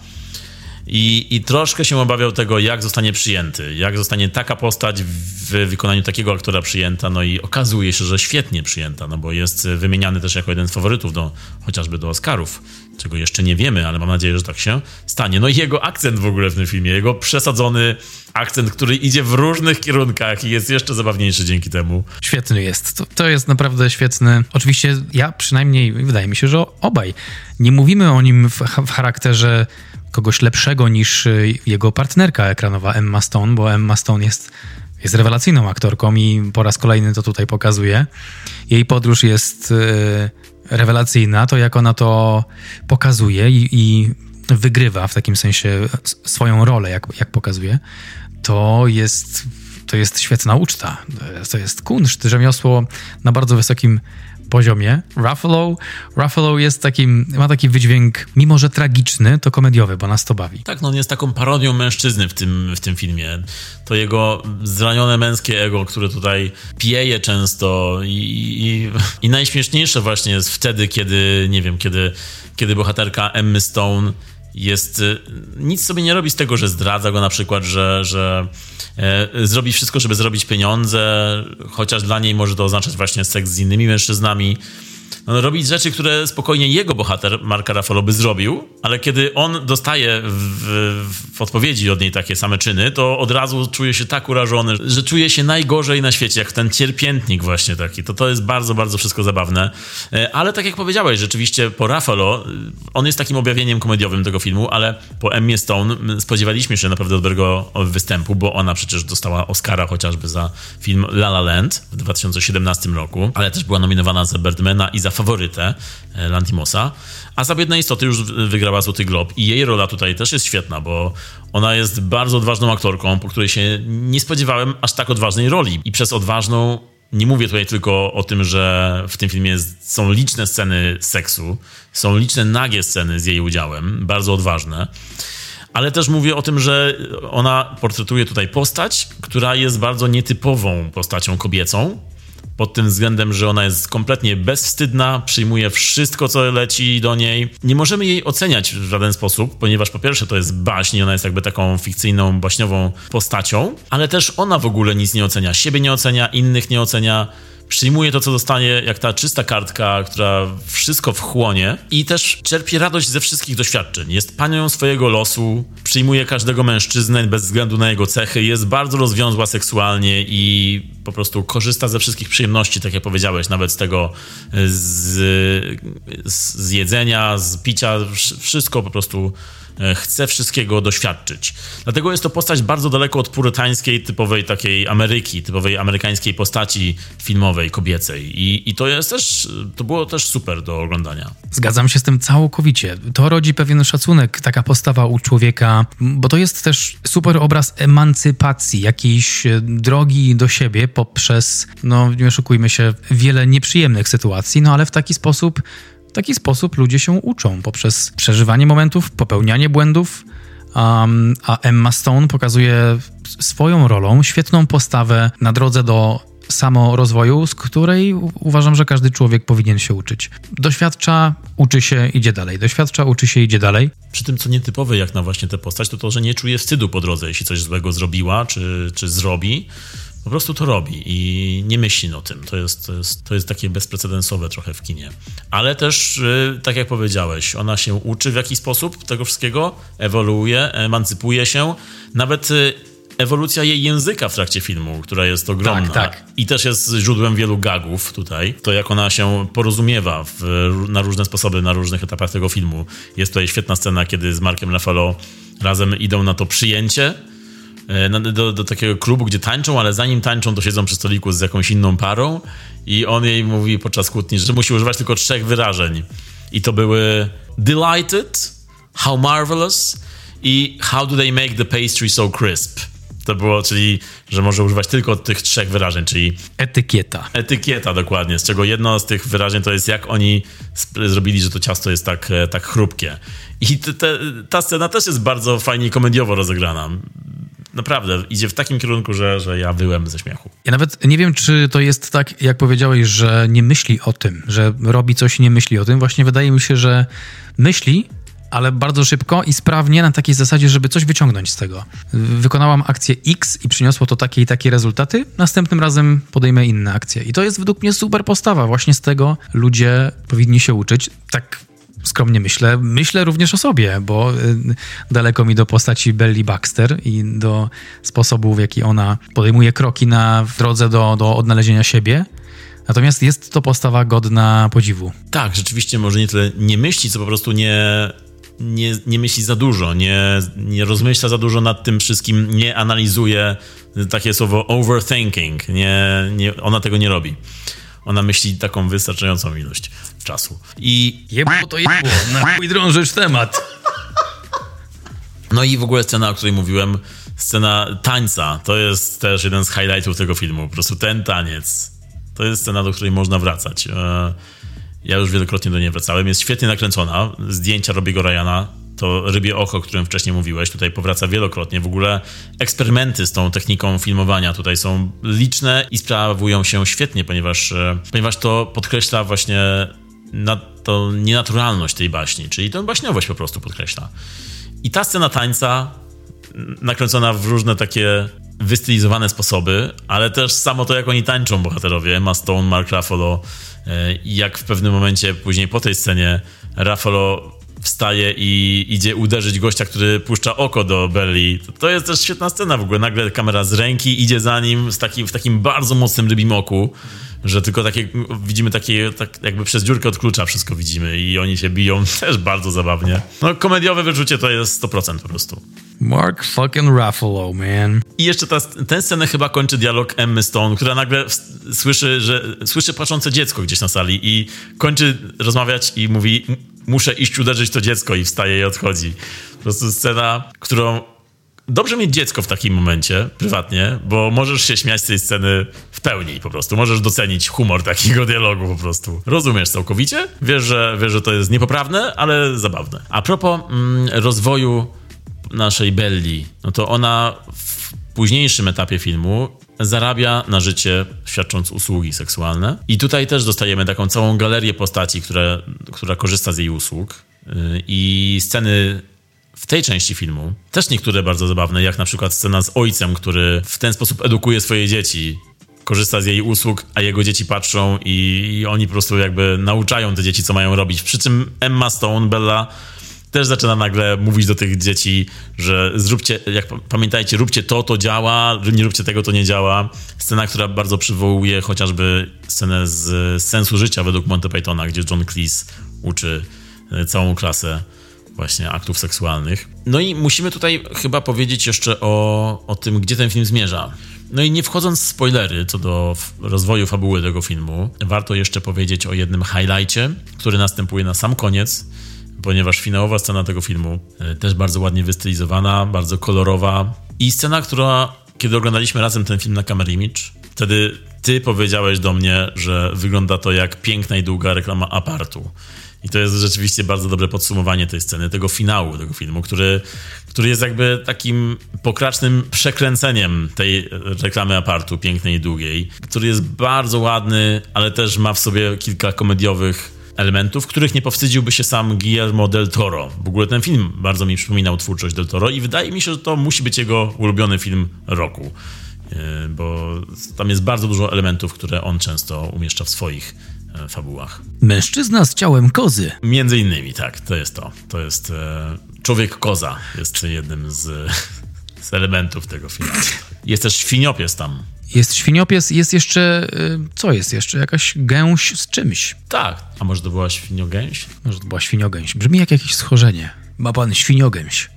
I troszkę się obawiał tego, jak zostanie przyjęty, jak zostanie taka postać w wykonaniu takiego aktora przyjęta, no i okazuje się, że świetnie przyjęta, no bo jest wymieniany też jako jeden z faworytów chociażby do Oscarów, czego jeszcze nie wiemy, ale mam nadzieję, że tak się stanie. No i jego akcent w ogóle w tym filmie, jego przesadzony akcent, który idzie w różnych kierunkach i jest jeszcze zabawniejszy dzięki temu. Świetny jest. To jest naprawdę świetny. Oczywiście ja przynajmniej, wydaje mi się, że obaj nie mówimy o nim w charakterze kogoś lepszego niż jego partnerka ekranowa Emma Stone, bo Emma Stone jest rewelacyjną aktorką i po raz kolejny to tutaj pokazuje. Jej podróż jest rewelacyjna, to jak ona to pokazuje i wygrywa w takim sensie swoją rolę, jak pokazuje, to jest świetna uczta. To jest kunszt, rzemiosło na bardzo wysokim poziomie. Ruffalo jest ma taki wydźwięk, mimo że tragiczny, to komediowy, bo nas to bawi. Tak, no on jest taką parodią mężczyzny w tym filmie. To jego zranione męskie ego, które tutaj pieje często i najśmieszniejsze właśnie jest wtedy, kiedy, nie wiem, kiedy bohaterka Emmy Stone nic sobie nie robi z tego, że zdradza go na przykład, że zrobi wszystko, żeby zrobić pieniądze, chociaż dla niej może to oznaczać właśnie seks z innymi mężczyznami. On robi rzeczy, które spokojnie jego bohater, Marka Ruffalo, by zrobił, ale kiedy on dostaje w odpowiedzi od niej takie same czyny, to od razu czuje się tak urażony, że czuje się najgorzej na świecie, jak ten cierpiętnik właśnie taki. To jest bardzo, bardzo wszystko zabawne. Ale tak jak powiedziałeś, rzeczywiście po Ruffalo, on jest takim objawieniem komediowym tego filmu, ale po Emmie Stone spodziewaliśmy się naprawdę dobrego występu, bo ona przecież dostała Oscara chociażby za film La La Land w 2017 roku, ale też była nominowana za Birdmana i za Faworytę Lantimosa, a za Biedne istoty już wygrała Złoty Glob i jej rola tutaj też jest świetna, bo ona jest bardzo odważną aktorką, po której się nie spodziewałem aż tak odważnej roli. I przez odważną nie mówię tutaj tylko o tym, że w tym filmie są liczne sceny seksu, są liczne nagie sceny z jej udziałem, bardzo odważne, ale też mówię o tym, że ona portretuje tutaj postać, która jest bardzo nietypową postacią kobiecą, pod tym względem, że ona jest kompletnie bezwstydna, przyjmuje wszystko, co leci do niej. Nie możemy jej oceniać w żaden sposób, ponieważ po pierwsze to jest baśń i ona jest jakby taką fikcyjną, baśniową postacią, ale też ona w ogóle nic nie ocenia. Siebie nie ocenia, innych nie ocenia. Przyjmuje to, co dostanie, jak ta czysta kartka, która wszystko wchłonie i też czerpie radość ze wszystkich doświadczeń. Jest panią swojego losu, przyjmuje każdego mężczyznę bez względu na jego cechy, jest bardzo rozwiązła seksualnie i po prostu korzysta ze wszystkich przyjemności, tak jak powiedziałeś, nawet z tego z jedzenia, z picia, wszystko po prostu chce wszystkiego doświadczyć. Dlatego jest to postać bardzo daleko od purytańskiej, typowej takiej Ameryki, typowej amerykańskiej postaci filmowej, kobiecej. I to było też super do oglądania. Zgadzam się z tym całkowicie. To rodzi pewien szacunek, taka postawa u człowieka, bo to jest też super obraz emancypacji, jakiejś drogi do siebie poprzez, nie oszukujmy się, wiele nieprzyjemnych sytuacji, ale w taki sposób ludzie się uczą poprzez przeżywanie momentów, popełnianie błędów, a Emma Stone pokazuje swoją rolą świetną postawę na drodze do samorozwoju, z której uważam, że każdy człowiek powinien się uczyć. Doświadcza, uczy się, idzie dalej. Doświadcza, uczy się, idzie dalej. Przy tym, co nietypowe jak na właśnie tę postać, to, że nie czuje wstydu po drodze, jeśli coś złego zrobiła, czy zrobi. Po prostu to robi i nie myśli o tym. To jest takie bezprecedensowe trochę w kinie. Ale też, tak jak powiedziałeś, ona się uczy w jakiś sposób tego wszystkiego, ewoluuje, emancypuje się. Nawet ewolucja jej języka w trakcie filmu, która jest ogromna. Tak. I też jest źródłem wielu gagów tutaj. To jak ona się porozumiewa na różne sposoby, na różnych etapach tego filmu. Jest tutaj świetna scena, kiedy z Markiem Ruffalo razem idą na to przyjęcie, do takiego klubu, gdzie tańczą, ale zanim tańczą, to siedzą przy stoliku z jakąś inną parą i on jej mówi podczas kłótni, że musi używać tylko 3 wyrażeń. I to były delighted, how marvelous i how do they make the pastry so crisp. To było, czyli, że może używać tylko tych 3 wyrażeń, czyli... Etykieta, dokładnie. Z czego jedno z tych wyrażeń to jest, jak oni zrobili, że to ciasto jest tak chrupkie. I ta scena też jest bardzo fajnie komediowo rozegrana. Naprawdę, idzie w takim kierunku, że ja wyłem ze śmiechu. Ja nawet nie wiem, czy to jest tak, jak powiedziałeś, że nie myśli o tym, że robi coś i nie myśli o tym. Właśnie wydaje mi się, że myśli, ale bardzo szybko i sprawnie na takiej zasadzie, żeby coś wyciągnąć z tego. Wykonałam akcję X i przyniosło to takie i takie rezultaty, następnym razem podejmę inne akcje. I to jest według mnie super postawa. Właśnie z tego ludzie powinni się uczyć. Tak skromnie myślę również o sobie, bo daleko mi do postaci Belly Baxter i do sposobu, w jaki ona podejmuje kroki w drodze do odnalezienia siebie. Natomiast jest to postawa godna podziwu. Tak, rzeczywiście może nie tyle nie myśli, co po prostu nie myśli za dużo, nie rozmyśla za dużo nad tym wszystkim, nie analizuje, takie słowo overthinking, ona tego nie robi. Ona myśli taką wystarczającą ilość czasu. I na chuj drążysz temat. No i w ogóle scena, o której mówiłem, scena tańca, to jest też jeden z highlightów tego filmu. Po prostu ten taniec, to jest scena, do której można wracać. Ja już wielokrotnie do niej wracałem. Jest świetnie nakręcona. Zdjęcia Robiego Ryana, to rybie oko, o którym wcześniej mówiłeś, tutaj powraca wielokrotnie. W ogóle eksperymenty z tą techniką filmowania tutaj są liczne i sprawują się świetnie, ponieważ to podkreśla właśnie to nienaturalność tej baśni, czyli tę baśniowość po prostu podkreśla. I ta scena tańca nakręcona w różne takie wystylizowane sposoby, ale też samo to, jak oni tańczą bohaterowie, Emma Stone, Mark Ruffalo, i jak w pewnym momencie później po tej scenie Ruffalo wstaje i idzie uderzyć gościa, który puszcza oko do Belli. To jest też świetna scena w ogóle. Nagle kamera z ręki idzie za nim w takim bardzo mocnym rybim oku, że tylko widzimy takie, tak jakby przez dziurkę od klucza wszystko widzimy i oni się biją. Też bardzo zabawnie. No, komediowe wyczucie to jest 100% po prostu. Mark fucking Ruffalo, man. I jeszcze tę scenę chyba kończy dialog Emmy Stone, która nagle słyszy płaczące dziecko gdzieś na sali i kończy rozmawiać i mówi: muszę iść uderzyć to dziecko, i wstaje i odchodzi. Po prostu scena, którą dobrze mieć dziecko w takim momencie, prywatnie, bo możesz się śmiać z tej sceny w pełni po prostu. Możesz docenić humor takiego dialogu po prostu. Rozumiesz całkowicie, wiesz, że to jest niepoprawne, ale zabawne. A propos rozwoju naszej Belli, no to ona w późniejszym etapie filmu zarabia na życie, świadcząc usługi seksualne. I tutaj też dostajemy taką całą galerię postaci, która korzysta z jej usług. I sceny w tej części filmu, też niektóre bardzo zabawne, jak na przykład scena z ojcem, który w ten sposób edukuje swoje dzieci, korzysta z jej usług, a jego dzieci patrzą i oni po prostu jakby nauczają te dzieci, co mają robić. Przy czym Emma Stone, Bella, też zaczyna nagle mówić do tych dzieci, że zróbcie, pamiętajcie, róbcie to działa, nie róbcie tego, to nie działa. Scena, która bardzo przywołuje chociażby scenę z Sensu życia według Monty Pythona, gdzie John Cleese uczy całą klasę właśnie aktów seksualnych. No i musimy tutaj chyba powiedzieć jeszcze o tym, gdzie ten film zmierza. No i nie wchodząc w spoilery co do rozwoju fabuły tego filmu, warto jeszcze powiedzieć o jednym highlightie, który następuje na sam koniec, ponieważ finałowa scena tego filmu też bardzo ładnie wystylizowana, bardzo kolorowa i scena, kiedy oglądaliśmy razem ten film na Camera Image, wtedy ty powiedziałeś do mnie, że wygląda to jak piękna i długa reklama Apartu. I to jest rzeczywiście bardzo dobre podsumowanie tej sceny, tego finału tego filmu, który jest jakby takim pokracznym przekręceniem tej reklamy Apartu, pięknej i długiej, który jest bardzo ładny, ale też ma w sobie kilka komediowych elementów, których nie powstydziłby się sam Guillermo del Toro. W ogóle ten film bardzo mi przypominał twórczość del Toro i wydaje mi się, że to musi być jego ulubiony film roku, bo tam jest bardzo dużo elementów, które on często umieszcza w swoich fabułach. Mężczyzna z ciałem kozy. Między innymi, tak, to jest to. To jest Człowiek Koza, jest jednym z elementów tego filmu. Jest też świniopies tam. Jest świniopies, jest jeszcze... Co jest jeszcze? Jakaś gęś z czymś. Tak. A może to była świniogęś? Może to była świniogęś. Brzmi jak jakieś schorzenie. Ma pan świniogęś.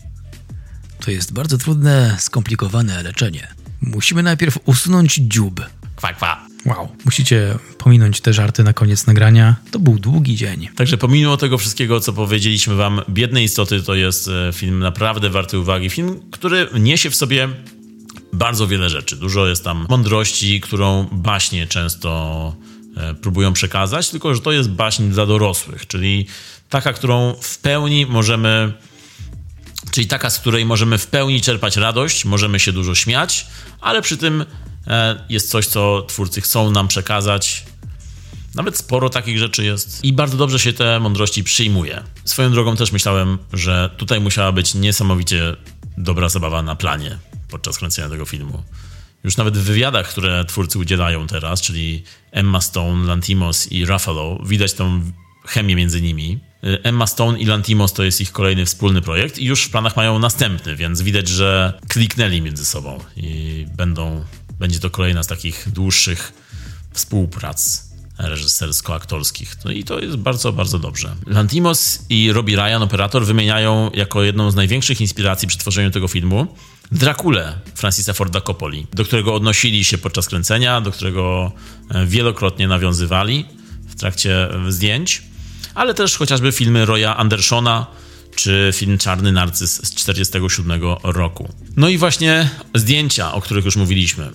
To jest bardzo trudne, skomplikowane leczenie. Musimy najpierw usunąć dziób. Kwa, kwa. Wow. Musicie pominąć te żarty na koniec nagrania. To był długi dzień. Także pomimo tego wszystkiego, co powiedzieliśmy wam, Biedne istoty to jest film naprawdę warty uwagi. Film, który niesie w sobie bardzo wiele rzeczy. Dużo jest tam mądrości, którą baśnie często próbują przekazać, tylko że to jest baśń dla dorosłych, czyli taka, którą w pełni możemy... Czyli taka, z której możemy w pełni czerpać radość, możemy się dużo śmiać, ale przy tym jest coś, co twórcy chcą nam przekazać. Nawet sporo takich rzeczy jest i bardzo dobrze się te mądrości przyjmuje. Swoją drogą też myślałem, że tutaj musiała być niesamowicie dobra zabawa na planie podczas kręcenia tego filmu. Już nawet w wywiadach, które twórcy udzielają teraz, czyli Emma Stone, Lanthimos i Ruffalo, widać tą chemię między nimi. Emma Stone i Lanthimos to jest ich kolejny wspólny projekt i już w planach mają następny, więc widać, że kliknęli między sobą i będzie to kolejna z takich dłuższych współprac reżysersko-aktorskich. No i to jest bardzo, bardzo dobrze. Lanthimos i Robbie Ryan, operator, wymieniają jako jedną z największych inspiracji przy tworzeniu tego filmu Draculę Francisa Forda Coppoli, do którego odnosili się podczas kręcenia, do którego wielokrotnie nawiązywali w trakcie zdjęć, ale też chociażby filmy Roya Andersona czy film Czarny Narcyz z 1947 roku. No i właśnie zdjęcia, o których już mówiliśmy.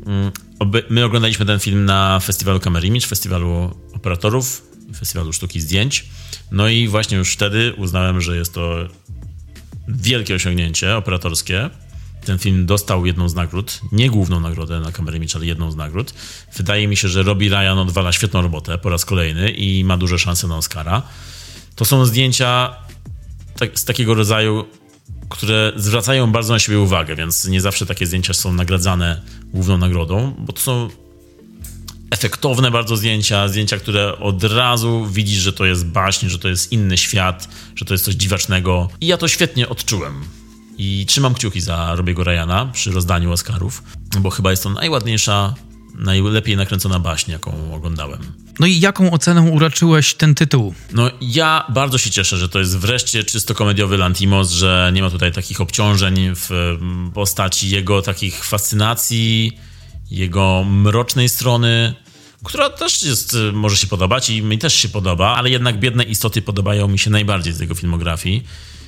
My oglądaliśmy ten film na festiwalu Camera Image, festiwalu operatorów, festiwalu sztuki zdjęć. No i właśnie już wtedy uznałem, że jest to wielkie osiągnięcie operatorskie. Ten film dostał jedną z nagród, nie główną nagrodę na Camera Image, ale jedną z nagród. Wydaje mi się, że Robbie Ryan odwala świetną robotę po raz kolejny i ma duże szanse na Oscara. To są zdjęcia z takiego rodzaju, które zwracają bardzo na siebie uwagę, więc nie zawsze takie zdjęcia są nagradzane główną nagrodą, bo to są efektowne bardzo zdjęcia, które od razu widzisz, że to jest baśń, że to jest inny świat, że to jest coś dziwacznego. I ja to świetnie odczułem. I trzymam kciuki za Robiego Ryana przy rozdaniu Oscarów, bo chyba jest to najładniejsza, najlepiej nakręcona baśń, jaką oglądałem. No i jaką oceną uraczyłeś ten tytuł? No ja bardzo się cieszę, że to jest wreszcie czysto komediowy Lanthimos, że nie ma tutaj takich obciążeń w postaci jego takich fascynacji, jego mrocznej strony, która też może się podobać i mi też się podoba, ale jednak Biedne istoty podobają mi się najbardziej z jego filmografii.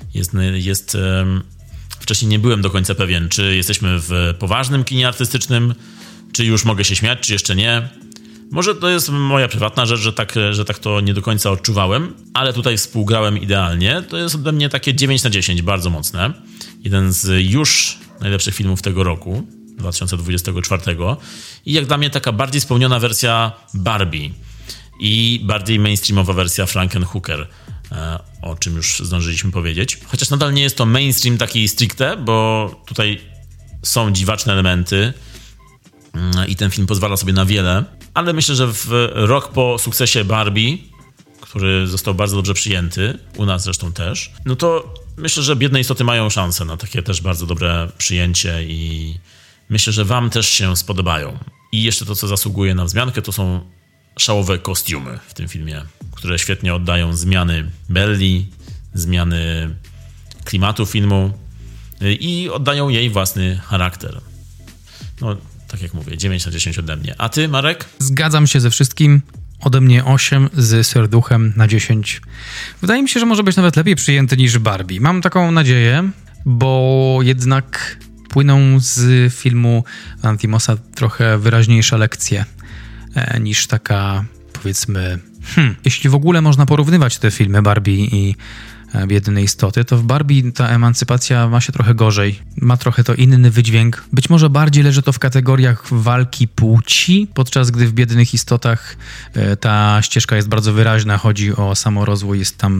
Wcześniej nie byłem do końca pewien, czy jesteśmy w poważnym kinie artystycznym, czy już mogę się śmiać, czy jeszcze nie. Może to jest moja prywatna rzecz, że tak to nie do końca odczuwałem, ale tutaj współgrałem idealnie. To jest ode mnie takie 9/10, bardzo mocne. Jeden z już najlepszych filmów tego roku, 2024. I jak dla mnie taka bardziej spełniona wersja Barbie i bardziej mainstreamowa wersja Frankenhooker, o czym już zdążyliśmy powiedzieć. Chociaż nadal nie jest to mainstream taki stricte, bo tutaj są dziwaczne elementy i ten film pozwala sobie na wiele, ale myślę, że w rok po sukcesie Barbie, który został bardzo dobrze przyjęty, u nas zresztą też, no to myślę, że Biedne istoty mają szansę na takie też bardzo dobre przyjęcie i myślę, że wam też się spodobają. I jeszcze to, co zasługuje na wzmiankę, to są szałowe kostiumy w tym filmie, które świetnie oddają zmiany Belli, zmiany klimatu filmu i oddają jej własny charakter. No, tak jak mówię, 9/10 ode mnie. A ty, Marek? Zgadzam się ze wszystkim. Ode mnie 8 z serduchem na 10. Wydaje mi się, że może być nawet lepiej przyjęty niż Barbie. Mam taką nadzieję, bo jednak płyną z filmu Lanthimosa trochę wyraźniejsze lekcje niż taka, powiedzmy... Jeśli w ogóle można porównywać te filmy Barbie i Biedne istoty, to w Barbie ta emancypacja ma się trochę gorzej. Ma trochę to inny wydźwięk. Być może bardziej leży to w kategoriach walki płci, podczas gdy w Biednych istotach ta ścieżka jest bardzo wyraźna. Chodzi o samorozwój.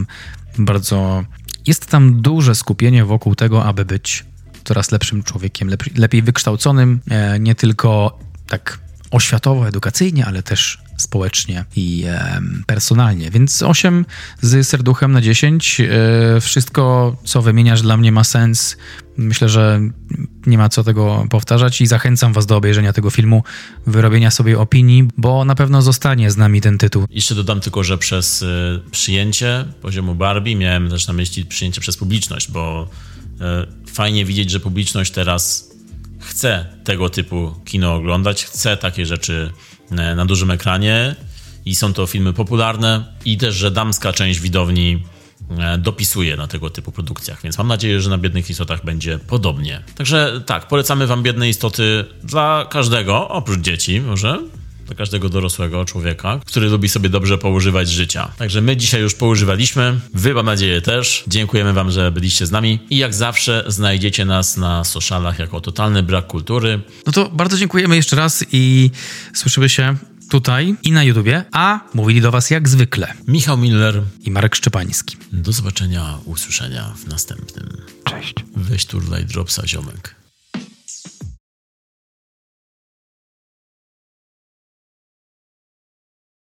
Jest tam duże skupienie wokół tego, aby być coraz lepszym człowiekiem, lepiej wykształconym, nie tylko tak oświatowo, edukacyjnie, ale też społecznie i personalnie. Więc 8 z serduchem na 10. Wszystko, co wymieniasz, dla mnie ma sens. Myślę, że nie ma co tego powtarzać i zachęcam was do obejrzenia tego filmu, wyrobienia sobie opinii, bo na pewno zostanie z nami ten tytuł. Jeszcze dodam tylko, że przez przyjęcie poziomu Barbie miałem też na myśli przyjęcie przez publiczność, bo fajnie widzieć, że publiczność teraz chce tego typu kino oglądać, chce takie rzeczy na dużym ekranie i są to filmy popularne i też, że damska część widowni dopisuje na tego typu produkcjach, więc mam nadzieję, że na Biednych istotach będzie podobnie. Także tak, polecamy wam Biedne istoty dla każdego, oprócz dzieci może, dla każdego dorosłego człowieka, który lubi sobie dobrze poużywać życia. Także my dzisiaj już poużywaliśmy, wy mam nadzieję też. Dziękujemy wam, że byliście z nami i jak zawsze znajdziecie nas na socialach jako Totalny Brak Kultury. No to bardzo dziękujemy jeszcze raz i słyszymy się tutaj i na YouTubie, a mówili do was jak zwykle Michał Miller i Marek Szczepański. Do zobaczenia, usłyszenia w następnym. Cześć. Weź turlaj dropsa, ziomek.